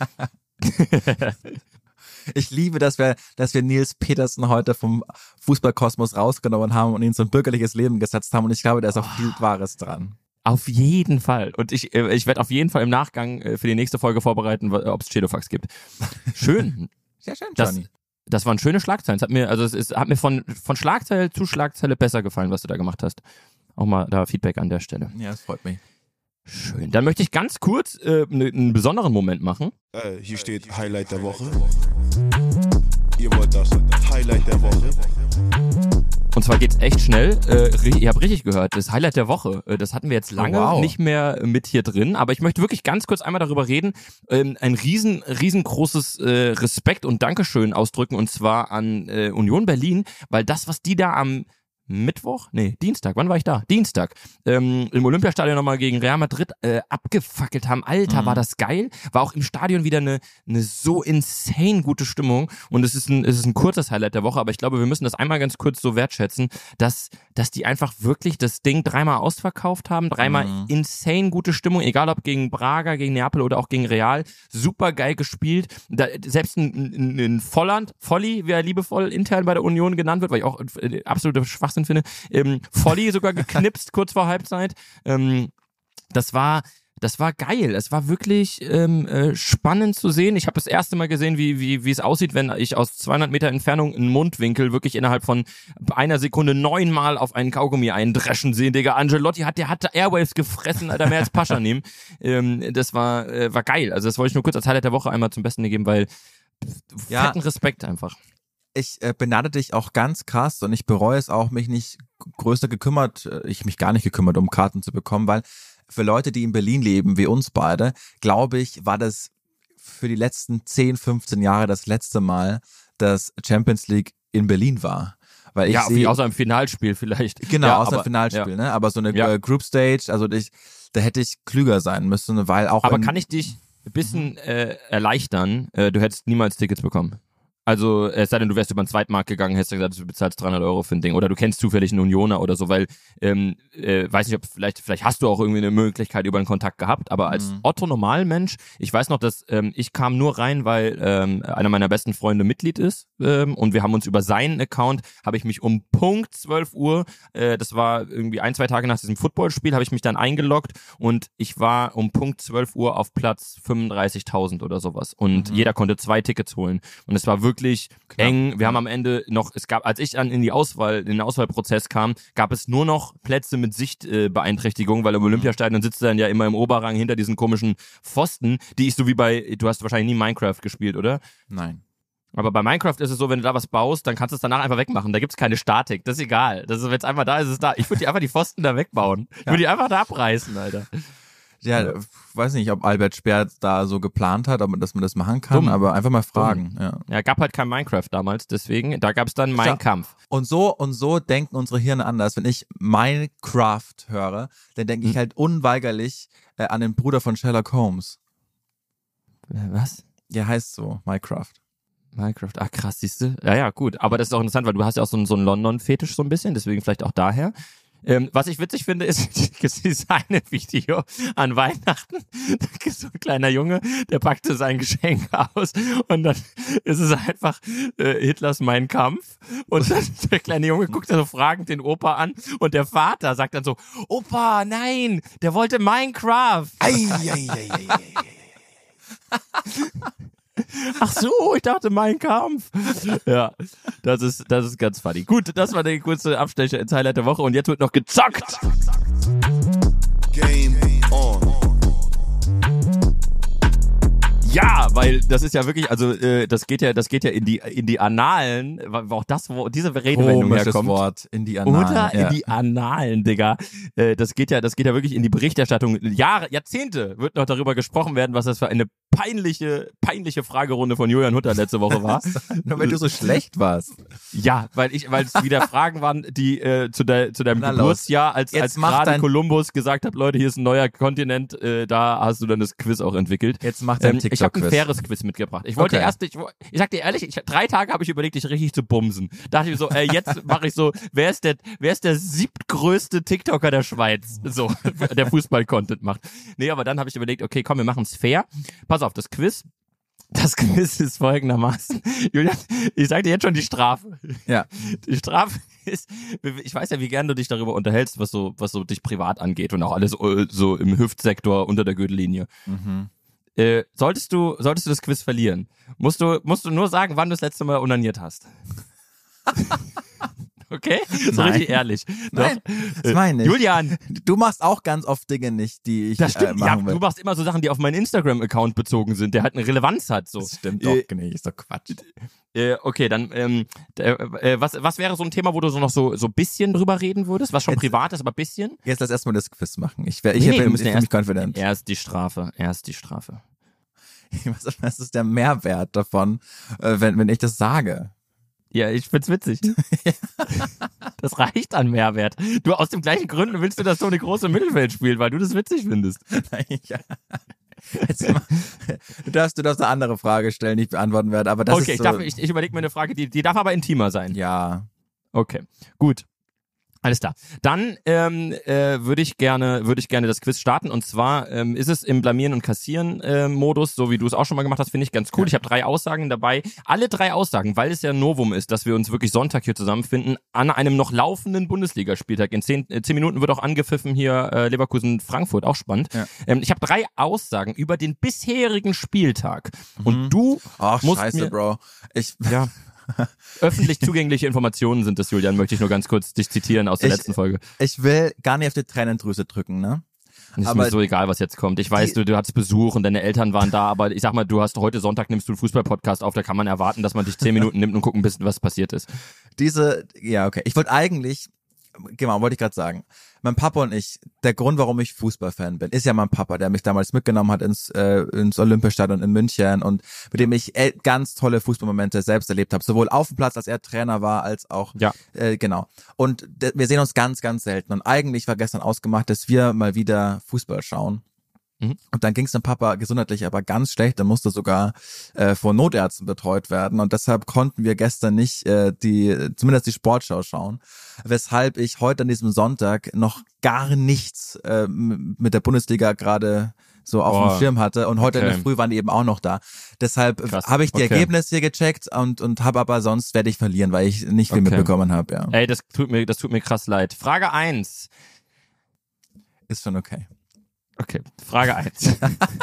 ich liebe, dass wir, dass wir Nils Petersen heute vom Fußballkosmos rausgenommen haben und ihn so ein bürgerliches Leben gesetzt haben. Und ich glaube, da ist auch viel Wahres dran. Auf jeden Fall. Und ich, äh, ich werde auf jeden Fall im Nachgang äh, für die nächste Folge vorbereiten, ob es Cedofax gibt. Schön. Sehr schön, Das, Johnny. das waren schöne Schlagzeilen. Es hat mir, also es ist, hat mir von, von Schlagzeile zu Schlagzeile besser gefallen, was du da gemacht hast. Auch mal da Feedback an der Stelle. Ja, das freut mich. Schön. Dann möchte ich ganz kurz äh, ne, einen besonderen Moment machen. Äh, hier steht Highlight der Woche. Ihr wollt das Highlight der Woche. Und zwar geht's echt schnell. Äh, ri- ihr habt richtig gehört, das Highlight der Woche. Äh, das hatten wir jetzt lange Oh, wow. nicht mehr mit hier drin. Aber ich möchte wirklich ganz kurz einmal darüber reden. Ähm, ein riesen, riesengroßes äh, Respekt und Dankeschön ausdrücken. Und zwar an äh, Union Berlin, weil das, was die da am Mittwoch? Nee, Dienstag. Wann war ich da? Dienstag. Ähm, im Olympiastadion nochmal gegen Real Madrid äh, abgefackelt haben. Alter, Mhm. war das geil. War auch im Stadion wieder eine, eine so insane gute Stimmung. Und es ist, ein, es ist ein kurzes Highlight der Woche, aber ich glaube, wir müssen das einmal ganz kurz so wertschätzen, dass, dass die einfach wirklich das Ding dreimal ausverkauft haben. Dreimal Mhm. insane gute Stimmung, egal ob gegen Braga, gegen Neapel oder auch gegen Real. Super geil gespielt. Da, selbst ein, ein, ein Volland, Volli, wie er liebevoll intern bei der Union genannt wird, weil ich auch äh, absolute Schwachsinn finde, ähm, Volli sogar geknipst kurz vor Halbzeit. Ähm, das war Das war geil. Es war wirklich ähm, äh, spannend zu sehen. Ich habe das erste Mal gesehen, wie wie wie es aussieht, wenn ich aus zweihundert Meter Entfernung einen Mundwinkel wirklich innerhalb von einer Sekunde neunmal auf einen Kaugummi eindreschen sehen. Digga, Angelotti hat, der hatte Airwaves gefressen, Alter, mehr als Paschanim. ähm, das war äh, war geil. Also das wollte ich nur kurz als Highlight der Woche einmal zum Besten geben, weil ja, fetten Respekt einfach. Ich äh, beneide dich auch ganz krass und ich bereue es auch, mich nicht größer gekümmert, äh, ich mich gar nicht gekümmert, um Karten zu bekommen, weil für Leute, die in Berlin leben, wie uns beide, glaube ich, war das für die letzten zehn, fünfzehn Jahre das letzte Mal, dass Champions League in Berlin war. Weil ich ja, seh, außer im Finalspiel vielleicht. Genau, ja, außer aber, im Finalspiel, ja. ne? Aber so eine ja. äh, Group Stage, also ich, da hätte ich klüger sein müssen, weil auch. Aber in, kann ich dich ein bisschen äh, erleichtern? Äh, du hättest niemals Tickets bekommen. Also, es sei denn, du wärst über den Zweitmarkt gegangen, hättest du gesagt, du bezahlst dreihundert Euro für ein Ding. Oder du kennst zufällig einen Unioner oder so, weil, ähm, äh, weiß nicht, ob vielleicht, vielleicht hast du auch irgendwie eine Möglichkeit über einen Kontakt gehabt, aber als Mhm. Otto-Normalmensch, ich weiß noch, dass ähm, ich kam nur rein, weil ähm, einer meiner besten Freunde Mitglied ist ähm, und wir haben uns über seinen Account, habe ich mich um Punkt zwölf Uhr, äh, das war irgendwie ein, zwei Tage nach diesem Footballspiel, habe ich mich dann eingeloggt und ich war um Punkt zwölf Uhr auf Platz fünfunddreißigtausend oder sowas und Mhm. jeder konnte zwei Tickets holen und es war wirklich Knapp, eng. Wir ja. haben am Ende noch, es gab, als ich dann in die Auswahl, in den Auswahlprozess kam, gab es nur noch Plätze mit Sichtbeeinträchtigung, weil im Olympiastadion sitzt du dann ja immer im Oberrang hinter diesen komischen Pfosten, die ich so wie bei, du hast wahrscheinlich nie Minecraft gespielt, oder? Nein. Aber bei Minecraft ist es so, wenn du da was baust, dann kannst du es danach einfach wegmachen. Da gibt's keine Statik. Das ist egal. Das ist, wenn es einmal da ist, ist es da. Ich würde die einfach die Pfosten da wegbauen. Ich würde die einfach da abreißen, Alter. Ja, weiß nicht, ob Albert Speer da so geplant hat, ob, dass man das machen kann, Dumm. aber einfach mal fragen. Ja. Ja, gab halt kein Minecraft damals, deswegen, da gab's dann Mein Ja. Kampf. Und so und so denken unsere Hirne anders. Wenn ich Minecraft höre, dann denke ich Hm. halt unweigerlich äh, an den Bruder von Sherlock Holmes. Äh, Was? Ja, heißt so, Minecraft. Minecraft, ah krass, siehst du? Ja, ja, gut. Aber das ist auch interessant, weil du hast ja auch so einen, so einen London-Fetisch so ein bisschen, deswegen vielleicht auch daher. Ähm, was ich witzig finde, ist dieses eine Video an Weihnachten. Da ist so ein kleiner Junge, der packte sein Geschenk aus und dann ist es einfach äh, Hitlers Mein Kampf und dann, der kleine Junge guckt da so fragend den Opa an und der Vater sagt dann so, Opa, nein, der wollte Minecraft. Ei, ei, ei, ei, ei. Ach so, ich dachte Mein Kampf. Ja, das ist, das ist ganz funny. Gut, das war der kurze Abstecher ins Highlight der Woche und jetzt wird noch gezockt. Game on. Ja, weil das ist ja wirklich, also äh, das geht ja, das geht ja in die in die Annalen, wo auch das, wo diese Redewendung Komisches herkommt. Wort, in die Annalen. Oder ja. in die Annalen, Digga. Äh, das geht ja, das geht ja wirklich in die Berichterstattung. Jahre, Jahrzehnte wird noch darüber gesprochen werden, was das für eine peinliche, peinliche Fragerunde von Julian Hutter letzte Woche war. Nur weil du so schlecht warst. Ja, weil ich, weil es wieder Fragen waren, die äh, zu, de, zu deinem Na los. Geburtsjahr, als, Jetzt als mach gerade dein- Kolumbus gesagt hat, Leute, hier ist ein neuer Kontinent, äh, da hast du dann das Quiz auch entwickelt. Jetzt mach dein Ähm, ich habe ein TikTok-Quiz. faires Quiz mitgebracht. Ich wollte Okay. erst, ich, ich sag dir ehrlich, ich, drei Tage habe ich überlegt, dich richtig zu bumsen. Dachte ich so, äh, jetzt mache ich so, wer ist der, wer ist der siebtgrößte TikToker der Schweiz? So, der Fußball-Content macht. Nee, aber dann habe ich überlegt, okay, komm, wir machen es fair. Pass auf, das Quiz. Das Quiz ist folgendermaßen. Julian, ich sag dir jetzt schon die Strafe. Ja. Die Strafe ist, ich weiß ja, wie gern du dich darüber unterhältst, was so, was so dich privat angeht und auch alles so, so im Hüftsektor unter der Gürtellinie. Mhm. Äh, solltest du, solltest du das Quiz verlieren, musst du, musst du nur sagen, wann du das letzte Mal onaniert hast. Okay? So Nein. richtig ehrlich. Nein, Doch. das meine ich. Julian, Du machst auch ganz oft Dinge nicht, die ich das äh, stimmt. Ja, machen du will. machst immer so Sachen, die auf meinen Instagram-Account bezogen sind, der halt eine Relevanz hat. So. Das stimmt Äh, doch nicht, ist doch Quatsch. Äh, okay, dann ähm, äh, äh, was was wäre so ein Thema, wo du so noch so so bisschen drüber reden würdest, was schon Jetzt- privat ist, aber bisschen? Jetzt lass erstmal das Quiz machen. Ich, wär, ich, Nee, ich, wir bin, müssen ich ja fühle mich confident. Erst die Strafe, erst die Strafe. Was, was ist der Mehrwert davon, äh, wenn, wenn ich das sage? Ja, ich find's witzig. Das reicht an Mehrwert. Du aus dem gleichen Gründen willst du, dass so eine große Mittelwelt spielt, weil du das witzig findest. Nein, ja. Jetzt mal, du, darfst, du darfst eine andere Frage stellen, die ich beantworten werde, aber das Okay, ist ich, so... darf, ich, ich überlege mir eine Frage, die, die darf aber intimer sein. ja. Okay, gut. Alles klar. Dann ähm, äh, würde ich gerne würde ich gerne das Quiz starten und zwar ähm, ist es im Blamieren und Kassieren äh, Modus, so wie du es auch schon mal gemacht hast, finde ich ganz cool. Ja. Ich habe drei Aussagen dabei. Alle drei Aussagen, weil es ja ein Novum ist, dass wir uns wirklich Sonntag hier zusammenfinden, an einem noch laufenden Bundesligaspieltag. In zehn, äh, zehn Minuten wird auch angepfiffen hier äh, Leverkusen-Frankfurt, auch spannend. Ja. Ähm, ich habe drei Aussagen über den bisherigen Spieltag mhm. und du Ach, musst scheiße, mir, Bro. Ich ja. Öffentlich zugängliche Informationen sind das, Julian, möchte ich nur ganz kurz dich zitieren aus der ich, letzten Folge. Ich will gar nicht auf die Tränendrüse drücken, ne? Ist aber mir so egal, was jetzt kommt. Ich weiß, die, du, du hattest Besuch und deine Eltern waren da, aber ich sag mal, du hast heute Sonntag, nimmst du einen Fußball-Podcast auf, da kann man erwarten, dass man dich zehn Minuten nimmt und gucken, bis was passiert ist. Diese, ja, okay. Ich wollte eigentlich, genau, wollte ich gerade sagen, mein Papa und ich, der Grund, warum ich Fußballfan bin, ist ja mein Papa, der mich damals mitgenommen hat ins äh, ins Olympiastadion in München und mit dem ich äh, ganz tolle Fußballmomente selbst erlebt habe, sowohl auf dem Platz, als er Trainer war, als auch, ja. äh, genau. Und d- wir sehen uns ganz, ganz selten und eigentlich war gestern ausgemacht, dass wir mal wieder Fußball schauen. Mhm. Und dann ging es dem Papa gesundheitlich aber ganz schlecht, er musste sogar äh, von Notärzten betreut werden und deshalb konnten wir gestern nicht äh, die, zumindest die Sportschau schauen, weshalb ich heute an diesem Sonntag noch gar nichts äh, mit der Bundesliga gerade so auf oh, dem Schirm hatte und heute okay. in der Früh waren die eben auch noch da. Deshalb habe ich die okay. Ergebnisse hier gecheckt und und habe aber sonst werde ich verlieren, weil ich nicht viel okay. mitbekommen habe. Ja. Ey, das tut mir das tut mir krass leid. Frage eins. Ist schon okay. Okay, Frage eins.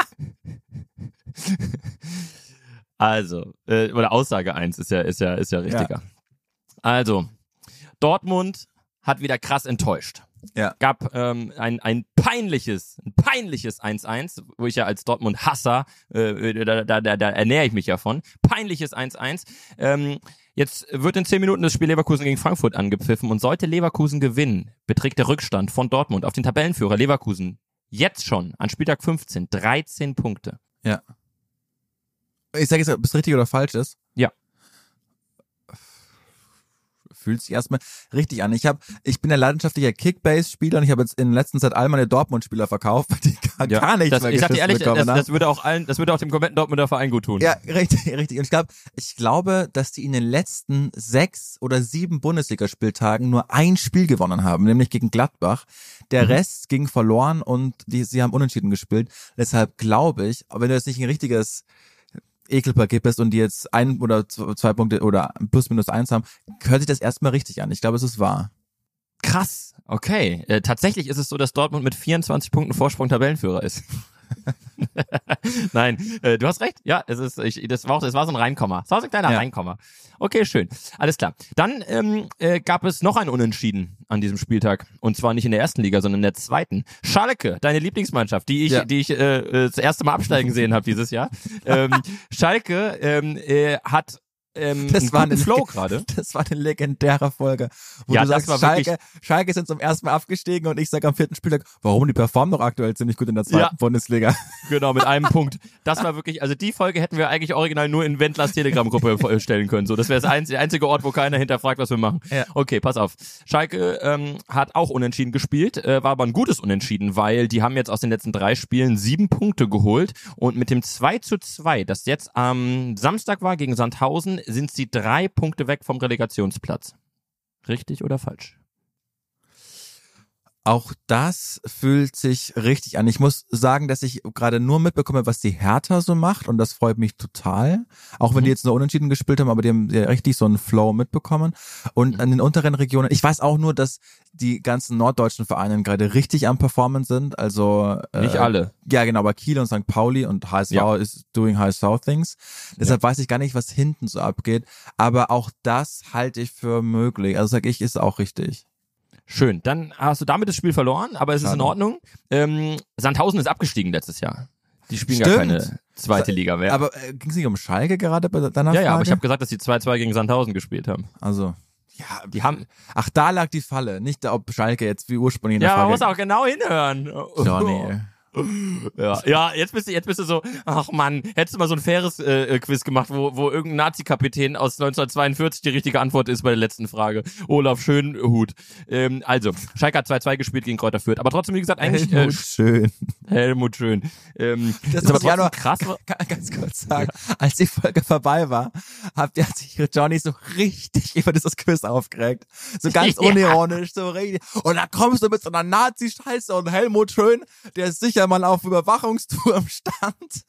Also, äh, oder Aussage eins ist ja, ist ja, ist ja richtiger. Ja. Also, Dortmund hat wieder krass enttäuscht. Ja. Gab ähm, ein, ein peinliches, ein peinliches eins eins, wo ich ja als Dortmund-Hasser, äh, da, da, da, da ernähre ich mich ja von. Peinliches eins eins. Ähm, jetzt wird in zehn Minuten das Spiel Leverkusen gegen Frankfurt angepfiffen und sollte Leverkusen gewinnen, beträgt der Rückstand von Dortmund auf den Tabellenführer Leverkusen jetzt schon an Spieltag fünfzehn dreizehn Punkte. Ja. Ich sage jetzt, ob es richtig oder falsch ist. Ja. Fühlt sich erstmal richtig an. Ich habe, ich bin ein leidenschaftlicher Kickbase-Spieler und ich habe jetzt in letzter Zeit all meine Dortmund-Spieler verkauft, weil die gar, ja, gar nichts das, mehr ich sag dir ehrlich, bekommen, das, das würde auch allen, das würde auch dem kompletten Dortmunder Verein gut tun. Ja, richtig, richtig. Und ich glaube, ich glaube, dass die in den letzten sechs oder sieben Bundesligaspieltagen nur ein Spiel gewonnen haben, nämlich gegen Gladbach. Der mhm. Rest ging verloren und die, sie haben unentschieden gespielt. Deshalb glaube ich, wenn du jetzt nicht ein richtiges Ekelpaket bist und die jetzt ein oder zwei Punkte oder plus minus eins haben, hört sich das erstmal richtig an. Ich glaube, es ist wahr. Krass, okay. Äh, tatsächlich ist es so, dass Dortmund mit vierundzwanzig Punkten Vorsprung Tabellenführer ist. Nein, äh, du hast recht. Ja, es ist, ich, das war auch, es war so ein Reinkomma. Es war so ein kleiner ja. Reinkomma. Okay, schön. Alles klar. Dann ähm, äh, gab es noch ein Unentschieden an diesem Spieltag. Und zwar nicht in der ersten Liga, sondern in der zweiten. Schalke, deine Lieblingsmannschaft, die ich, ja. die ich äh, das erste Mal absteigen sehen habe dieses Jahr. Ähm, Schalke ähm, äh, hat Ähm, das war ein Flow gerade. Das war eine legendäre Folge, wo ja, du sagst, das war Schalke, Schalke sind zum ersten Mal abgestiegen und ich sage am vierten Spieltag, warum, die performen doch aktuell ziemlich gut in der zweiten ja. Bundesliga. Genau, mit einem Punkt. Das war wirklich, also die Folge hätten wir eigentlich original nur in Wendlers Telegram-Gruppe stellen können. So, das wäre das einzige, der einzige Ort, wo keiner hinterfragt, was wir machen. Ja. Okay, pass auf. Schalke ähm, hat auch unentschieden gespielt, äh, war aber ein gutes Unentschieden, weil die haben jetzt aus den letzten drei Spielen sieben Punkte geholt und mit dem zwei zu zwei, das jetzt am Samstag war gegen Sandhausen, sind sie drei Punkte weg vom Relegationsplatz. Richtig oder falsch? Auch das fühlt sich richtig an. Ich muss sagen, dass ich gerade nur mitbekomme, was die Hertha so macht und das freut mich total. Auch wenn mhm. die jetzt nur unentschieden gespielt haben, aber die haben ja richtig so einen Flow mitbekommen. Und mhm. an den unteren Regionen, ich weiß auch nur, dass die ganzen norddeutschen Vereine gerade richtig am Performen sind. Also nicht äh, alle. Ja, genau, aber Kiel und Sankt Pauli und H S V ja. ist doing H S V things. Deshalb ja. weiß ich gar nicht, was hinten so abgeht. Aber auch das halte ich für möglich. Also sag ich, ist auch richtig. Schön, dann hast du damit das Spiel verloren, aber es Schade. ist in Ordnung. Ähm, Sandhausen ist abgestiegen letztes Jahr. Die spielen Stimmt. gar keine zweite Liga mehr. Aber äh, ging es nicht um Schalke gerade bei deiner Ja, Frage? ja, aber ich habe gesagt, dass die zwei zwei gegen Sandhausen gespielt haben. Also, ja, die haben. Ach, da lag die Falle, nicht ob Schalke jetzt wie ursprünglich in der Ja, Frage. man muss auch genau hinhören. Johnny. Ja, ja, jetzt bist du, jetzt bist du so, ach Mann, hättest du mal so ein faires äh, Quiz gemacht, wo, wo irgendein Nazi-Kapitän aus neunzehnhundertzweiundvierzig die richtige Antwort ist bei der letzten Frage. Olaf Schönhut. Ähm, also, Schalke hat zwei zwei gespielt gegen Kräuter Fürth, aber trotzdem, wie gesagt, eigentlich Helmut äh, Schön. Helmut Schön. Ähm, Das ist aber muss ich ja trotzdem nur krass. Kann, ganz kurz sagen, ja. Als die Folge vorbei war, habt ihr sich Johnny so richtig über dieses Quiz aufgeregt. So ganz Ja. unironisch, so richtig. Und dann kommst du mit so einer Nazi-Scheiße und Helmut Schön, der ist sicher mal auf Überwachungsturm stand.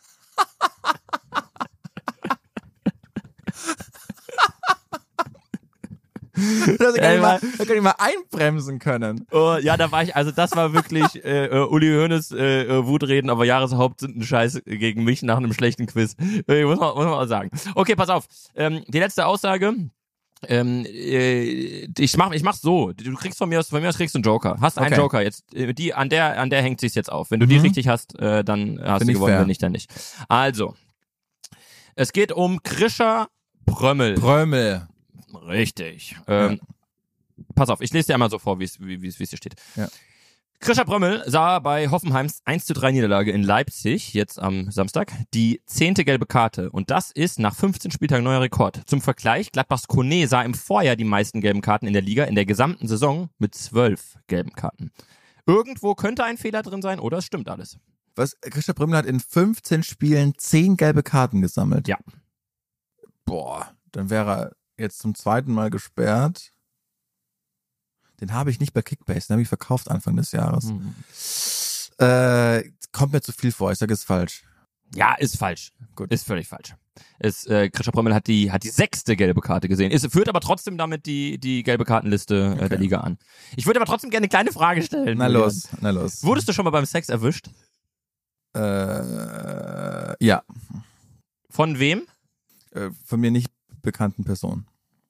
Das hätte ich mal, da hätte ich mal einbremsen können. Oh, ja, da war ich, also das war wirklich äh, äh, Uli Hoeneß äh, äh, Wutreden, aber Jahreshaupt sind ein Scheiß gegen mich nach einem schlechten Quiz. Äh, muss man, muss man mal sagen. Okay, pass auf. Ähm, die letzte Aussage. Ähm, äh, ich mach, ich mach's so. Du kriegst von mir aus, von mir aus kriegst du einen Joker. Hast einen Okay. Joker jetzt. Äh, Die, an der, an der hängt sich's jetzt auf. Wenn du die Mhm. richtig hast, äh, dann hast Bin du ich gewonnen, fair. wenn nicht, dann nicht. Also. Es geht um Krischer Prömmel. Prömmel. Richtig. Ähm, Pass auf, ich lese dir einmal so vor, wie es wie, wie es wie es hier steht. Ja. Krischer Prömmel sah bei Hoffenheims eins zu drei Niederlage in Leipzig, jetzt am Samstag, die zehnte gelbe Karte. Und das ist nach fünfzehn Spieltagen neuer Rekord. Zum Vergleich, Gladbachs Kone sah im Vorjahr die meisten gelben Karten in der Liga in der gesamten Saison mit zwölf gelben Karten. Irgendwo könnte ein Fehler drin sein oder es stimmt alles. Was? Christian Prömmel hat in fünfzehn Spielen zehn gelbe Karten gesammelt. Ja. Boah, dann wäre er jetzt zum zweiten Mal gesperrt. Den habe ich nicht bei Kickbase, den habe ich verkauft Anfang des Jahres. Hm. Äh, kommt mir zu viel vor, ich sage es falsch. Ja, ist falsch. Gut. Ist völlig falsch. Es, äh, Krischer Prömmel hat die, hat die sechste gelbe Karte gesehen. Es führt aber trotzdem damit die, die gelbe Kartenliste äh, Okay. der Liga an. Ich würde aber trotzdem gerne eine kleine Frage stellen. Na Julian. los, na los. Wurdest du schon mal beim Sex erwischt? Äh, ja, Von wem? äh, von mir nicht bekannten Personen.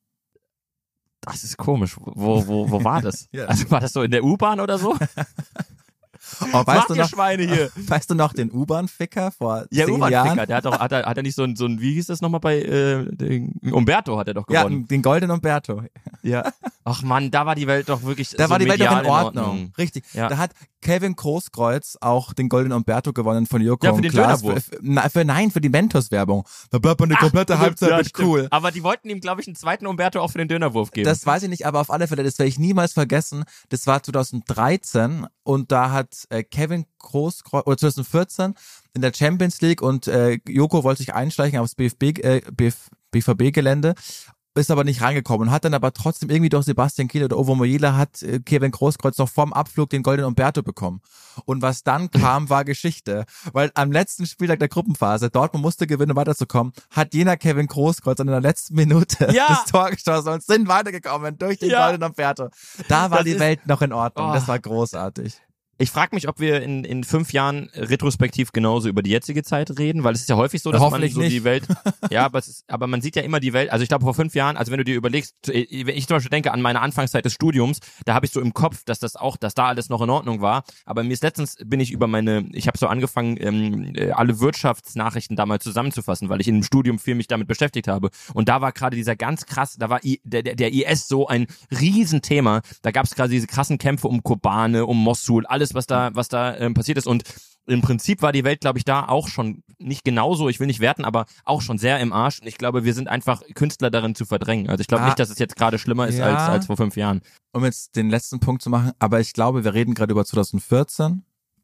Das ist komisch. Wo, wo, wo war das? Ja. Also war das so in der U-Bahn oder so? Oh, weißt, Macht du ihr noch, Schweine hier. weißt du noch den U-Bahn-Ficker vor Ja, zehn U-Bahn-Ficker. Jahren? Der hat doch, hat er, hat er nicht so ein, so ein, wie hieß das nochmal bei, äh, den, Umberto hat er doch Ja, gewonnen. den goldenen Umberto. Ja. Ach man, da war die Welt doch wirklich Da so war die Welt doch medial in Ordnung. Richtig. Ja. Da hat Kevin Großkreuz auch den goldenen Umberto gewonnen von Joko Ja, für und den Klaas. Dönerwurf. Für, na, für, nein, für die Mentos-Werbung. Da bleibt man eine komplette Ach, Halbzeit ja, mit stimmt. cool. Aber die wollten ihm, glaube ich, einen zweiten Umberto auch für den Dönerwurf geben. Das weiß ich nicht, aber auf alle Fälle, das werde ich niemals vergessen. Das war zweitausenddreizehn und da hat äh, Kevin Großkreuz, oder zweitausendvierzehn in der Champions League und äh, Joko wollte sich einschleichen aufs B F B, äh, B V B-Gelände, ist aber nicht reingekommen und hat dann aber trotzdem irgendwie durch Sebastian Kehl oder Ovo Moyela hat äh, Kevin Großkreuz noch vorm Abflug den goldenen Umberto bekommen. Und was dann kam, war Geschichte. Weil am letzten Spieltag der Gruppenphase, Dortmund musste gewinnen, um weiterzukommen, hat jener Kevin Großkreuz in der letzten Minute Ja. das Tor geschossen und sind weitergekommen durch den Ja. goldenen Umberto. Da war Das die ist- Welt noch in Ordnung. Oh. Das war großartig. Ich frage mich, ob wir in, in fünf Jahren retrospektiv genauso über die jetzige Zeit reden, weil es ist ja häufig so, dass man Hoffentlich so nicht. die Welt, ja, aber es ist, aber man sieht ja immer die Welt, also ich glaube vor fünf Jahren, also wenn du dir überlegst, wenn ich zum Beispiel denke an meine Anfangszeit des Studiums, da habe ich so im Kopf, dass das auch, dass da alles noch in Ordnung war, aber mir ist letztens, bin ich über meine, ich habe so angefangen, ähm, äh, alle Wirtschaftsnachrichten damals zusammenzufassen, weil ich in dem Studium viel mich damit beschäftigt habe und da war gerade dieser ganz krass, da war I, der, der, der I S so ein Riesenthema, da gab es gerade diese krassen Kämpfe um Kobane, um Mossul, alles was da, was da ähm, passiert ist und im Prinzip war die Welt, glaube ich, da auch schon nicht genauso, ich will nicht werten, aber auch schon sehr im Arsch. Und ich glaube, wir sind einfach Künstler darin zu verdrängen. Also ich glaube Ah, nicht, dass es jetzt gerade schlimmer ist ja. als, als vor fünf Jahren. Um jetzt den letzten Punkt zu machen, aber ich glaube, wir reden gerade über zweitausendvierzehn.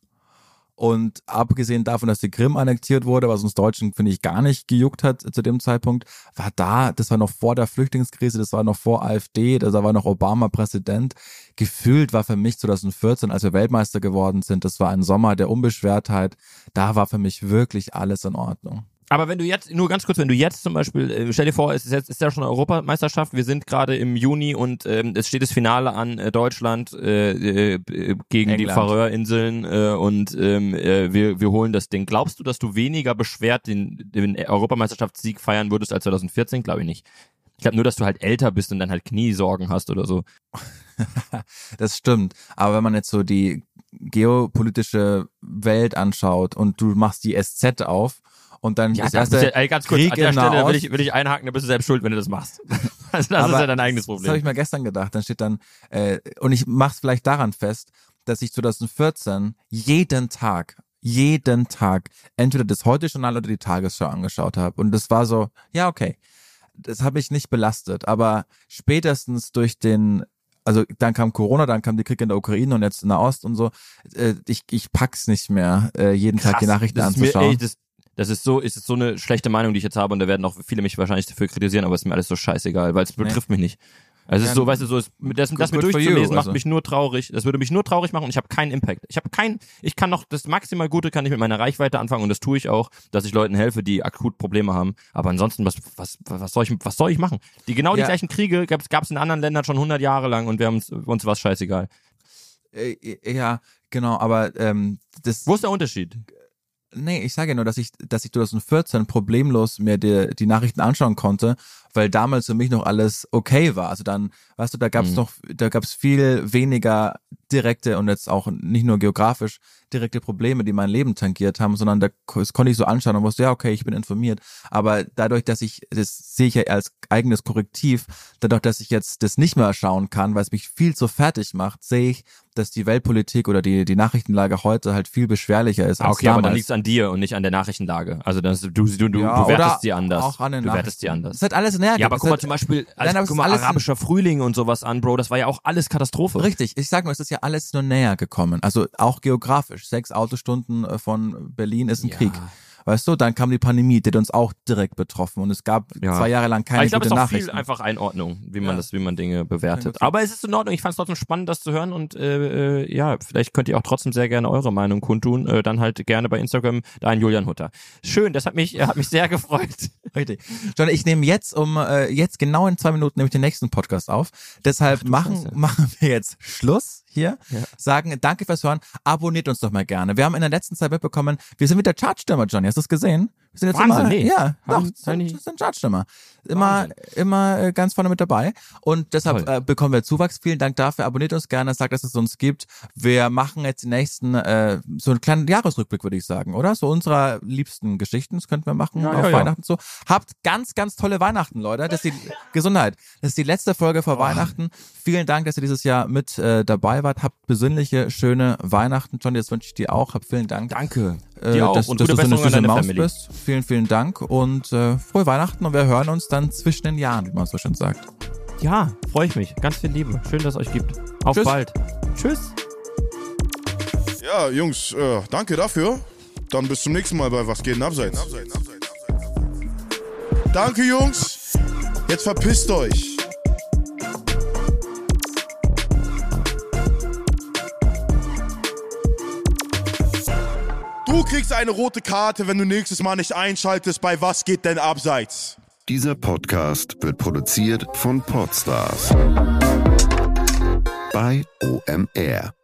Und abgesehen davon, dass die Krim annektiert wurde, was uns Deutschen, finde ich, gar nicht gejuckt hat zu dem Zeitpunkt, war da, das war noch vor der Flüchtlingskrise, das war noch vor AfD, da war noch Obama Präsident. Gefühlt war für mich zweitausendvierzehn, als wir Weltmeister geworden sind, das war ein Sommer der Unbeschwertheit, da war für mich wirklich alles in Ordnung. Aber wenn du jetzt, nur ganz kurz, wenn du jetzt zum Beispiel, äh, stell dir vor, es ist jetzt ist ja schon eine Europameisterschaft, wir sind gerade im Juni und ähm, es steht das Finale an, äh, Deutschland äh, äh, gegen England. die Färöerinseln äh, und ähm, äh, wir, wir holen das Ding. Glaubst du, dass du weniger beschwert den, den Europameisterschaftssieg feiern würdest als zweitausendvierzehn? Glaube ich nicht. Ich glaube nur, dass du halt älter bist und dann halt Kniesorgen hast oder so. Das stimmt, aber wenn man jetzt so die geopolitische Welt anschaut und du machst die S Z auf und dann Ja, das das erste ist ja, ey, ganz kurz, Krieg an der im Stelle will Nahost. ich, will ich einhaken, da bist du selbst schuld, wenn du das machst. Also das Aber ist ja dein eigenes Das habe Problem. ich mir gestern gedacht. Dann steht dann, äh, und ich mach's vielleicht daran fest, dass ich zweitausendvierzehn jeden Tag, jeden Tag entweder das Heute-Journal oder die Tagesschau angeschaut habe. Und das war so, ja, okay. Das habe ich nicht belastet. Aber spätestens durch den, also dann kam Corona, dann kam die Krieg in der Ukraine und jetzt in der Ost und so. Äh, ich, ich pack's nicht mehr, äh, jeden Krass, Tag die Nachrichten das ist anzuschauen. Mir, ey, das, das ist so, ist so eine schlechte Meinung, die ich jetzt habe und da werden auch viele mich wahrscheinlich dafür kritisieren, aber es ist mir alles so scheißegal, weil es betrifft nee. mich nicht. Also es ist so, weißt du, so ist, das, das mir durchzulesen macht also. mich nur traurig. Das würde mich nur traurig machen und ich habe keinen Impact. Ich habe keinen, ich kann noch, das maximal Gute kann ich mit meiner Reichweite anfangen und das tue ich auch, dass ich Leuten helfe, die akut Probleme haben. Aber ansonsten, was, was, was soll ich, was soll ich machen? Die genau die ja. gleichen Kriege gab es in anderen Ländern schon hundert Jahre lang und wir haben uns, uns was scheißegal. Ja, genau, aber ähm, das. Wo ist der Unterschied? Nee, ich sage ja nur, dass ich, dass ich zwanzig vierzehn problemlos mir die, die Nachrichten anschauen konnte, weil damals für mich noch alles okay war. Also dann, weißt du, da gab's mhm. noch, da gab's viel weniger direkte und jetzt auch nicht nur geografisch direkte Probleme, die mein Leben tangiert haben, sondern da, das konnte ich so anschauen und wusste, ja, okay, ich bin informiert. Aber dadurch, dass ich, das sehe ich ja als eigenes Korrektiv, dadurch, dass ich jetzt das nicht mehr schauen kann, weil es mich viel zu fertig macht, sehe ich, dass die Weltpolitik oder die, die Nachrichtenlage heute halt viel beschwerlicher ist als okay, damals. Aber dann liegt es an dir und nicht an der Nachrichtenlage. Also das, du, du, du, ja, du wertest sie anders. Auch an den du wertest sie anders. Das hat alles näher. Ja, aber guck mal zum Beispiel, also, Nein, guck mal, arabischer Frühling und sowas an, Bro, das war ja auch alles Katastrophe. Richtig, ich sag nur, es ist ja alles nur näher gekommen. Also auch geografisch. Sechs Autostunden von Berlin ist ein ja. Krieg. Weißt du, dann kam die Pandemie, die hat uns auch direkt betroffen und es gab ja. zwei Jahre lang keine aber ich glaub, gute Nachrichten. Ich glaube, es ist auch viel einfach Einordnung, wie man ja. das, wie man Dinge bewertet. Aber es ist in Ordnung, ich fand es trotzdem spannend, das zu hören und äh, äh, ja, vielleicht könnt ihr auch trotzdem sehr gerne eure Meinung kundtun, äh, dann halt gerne bei Instagram, da ein Julian Hutter. Schön, das hat mich hat mich sehr gefreut. Richtig. John, ich nehme jetzt um, äh, jetzt genau in zwei Minuten nehme ich den nächsten Podcast auf, deshalb Ach, machen Scheiße. machen wir jetzt Schluss hier, ja. sagen danke fürs Hören, abonniert uns doch mal gerne. Wir haben in der letzten Zeit mitbekommen, wir sind mit der Chartstürmer, Johnny, hast du das gesehen? Wir sind jetzt Wahnsinn, immer, nee. ja, haben, doch, sind, sind Chartstürmer. Immer, Wahnsinn. immer äh, ganz vorne mit dabei und deshalb äh, bekommen wir Zuwachs. Vielen Dank dafür, abonniert uns gerne, sagt, dass es uns gibt. Wir machen jetzt die nächsten, äh, so einen kleinen Jahresrückblick, würde ich sagen, oder? So unserer liebsten Geschichten, das könnten wir machen ja, auf ja, Weihnachten ja. so. Habt ganz, ganz tolle Weihnachten, Leute. Das ist die Gesundheit. Das ist die letzte Folge vor oh. Weihnachten. Vielen Dank, dass ihr dieses Jahr mit äh, dabei wart. Habt besinnliche, schöne Weihnachten. Johnny, das wünsche ich dir auch. Hab vielen Dank. Danke. Äh, dir auch. Dass, und dass du so eine süße Maus Family. bist. Vielen, vielen Dank und äh, frohe Weihnachten und wir hören uns dann zwischen den Jahren, wie man so schön sagt. Ja, freue ich mich. Ganz viel Liebe. Schön, dass es euch gibt. Auf Tschüss. bald. Tschüss. Ja, Jungs, äh, danke dafür. Dann bis zum nächsten Mal bei Was geht denn abseits? Danke, Jungs. Jetzt verpisst euch. Du kriegst eine rote Karte, wenn du nächstes Mal nicht einschaltest bei Was geht denn abseits? Dieser Podcast wird produziert von Podstars bei O M R.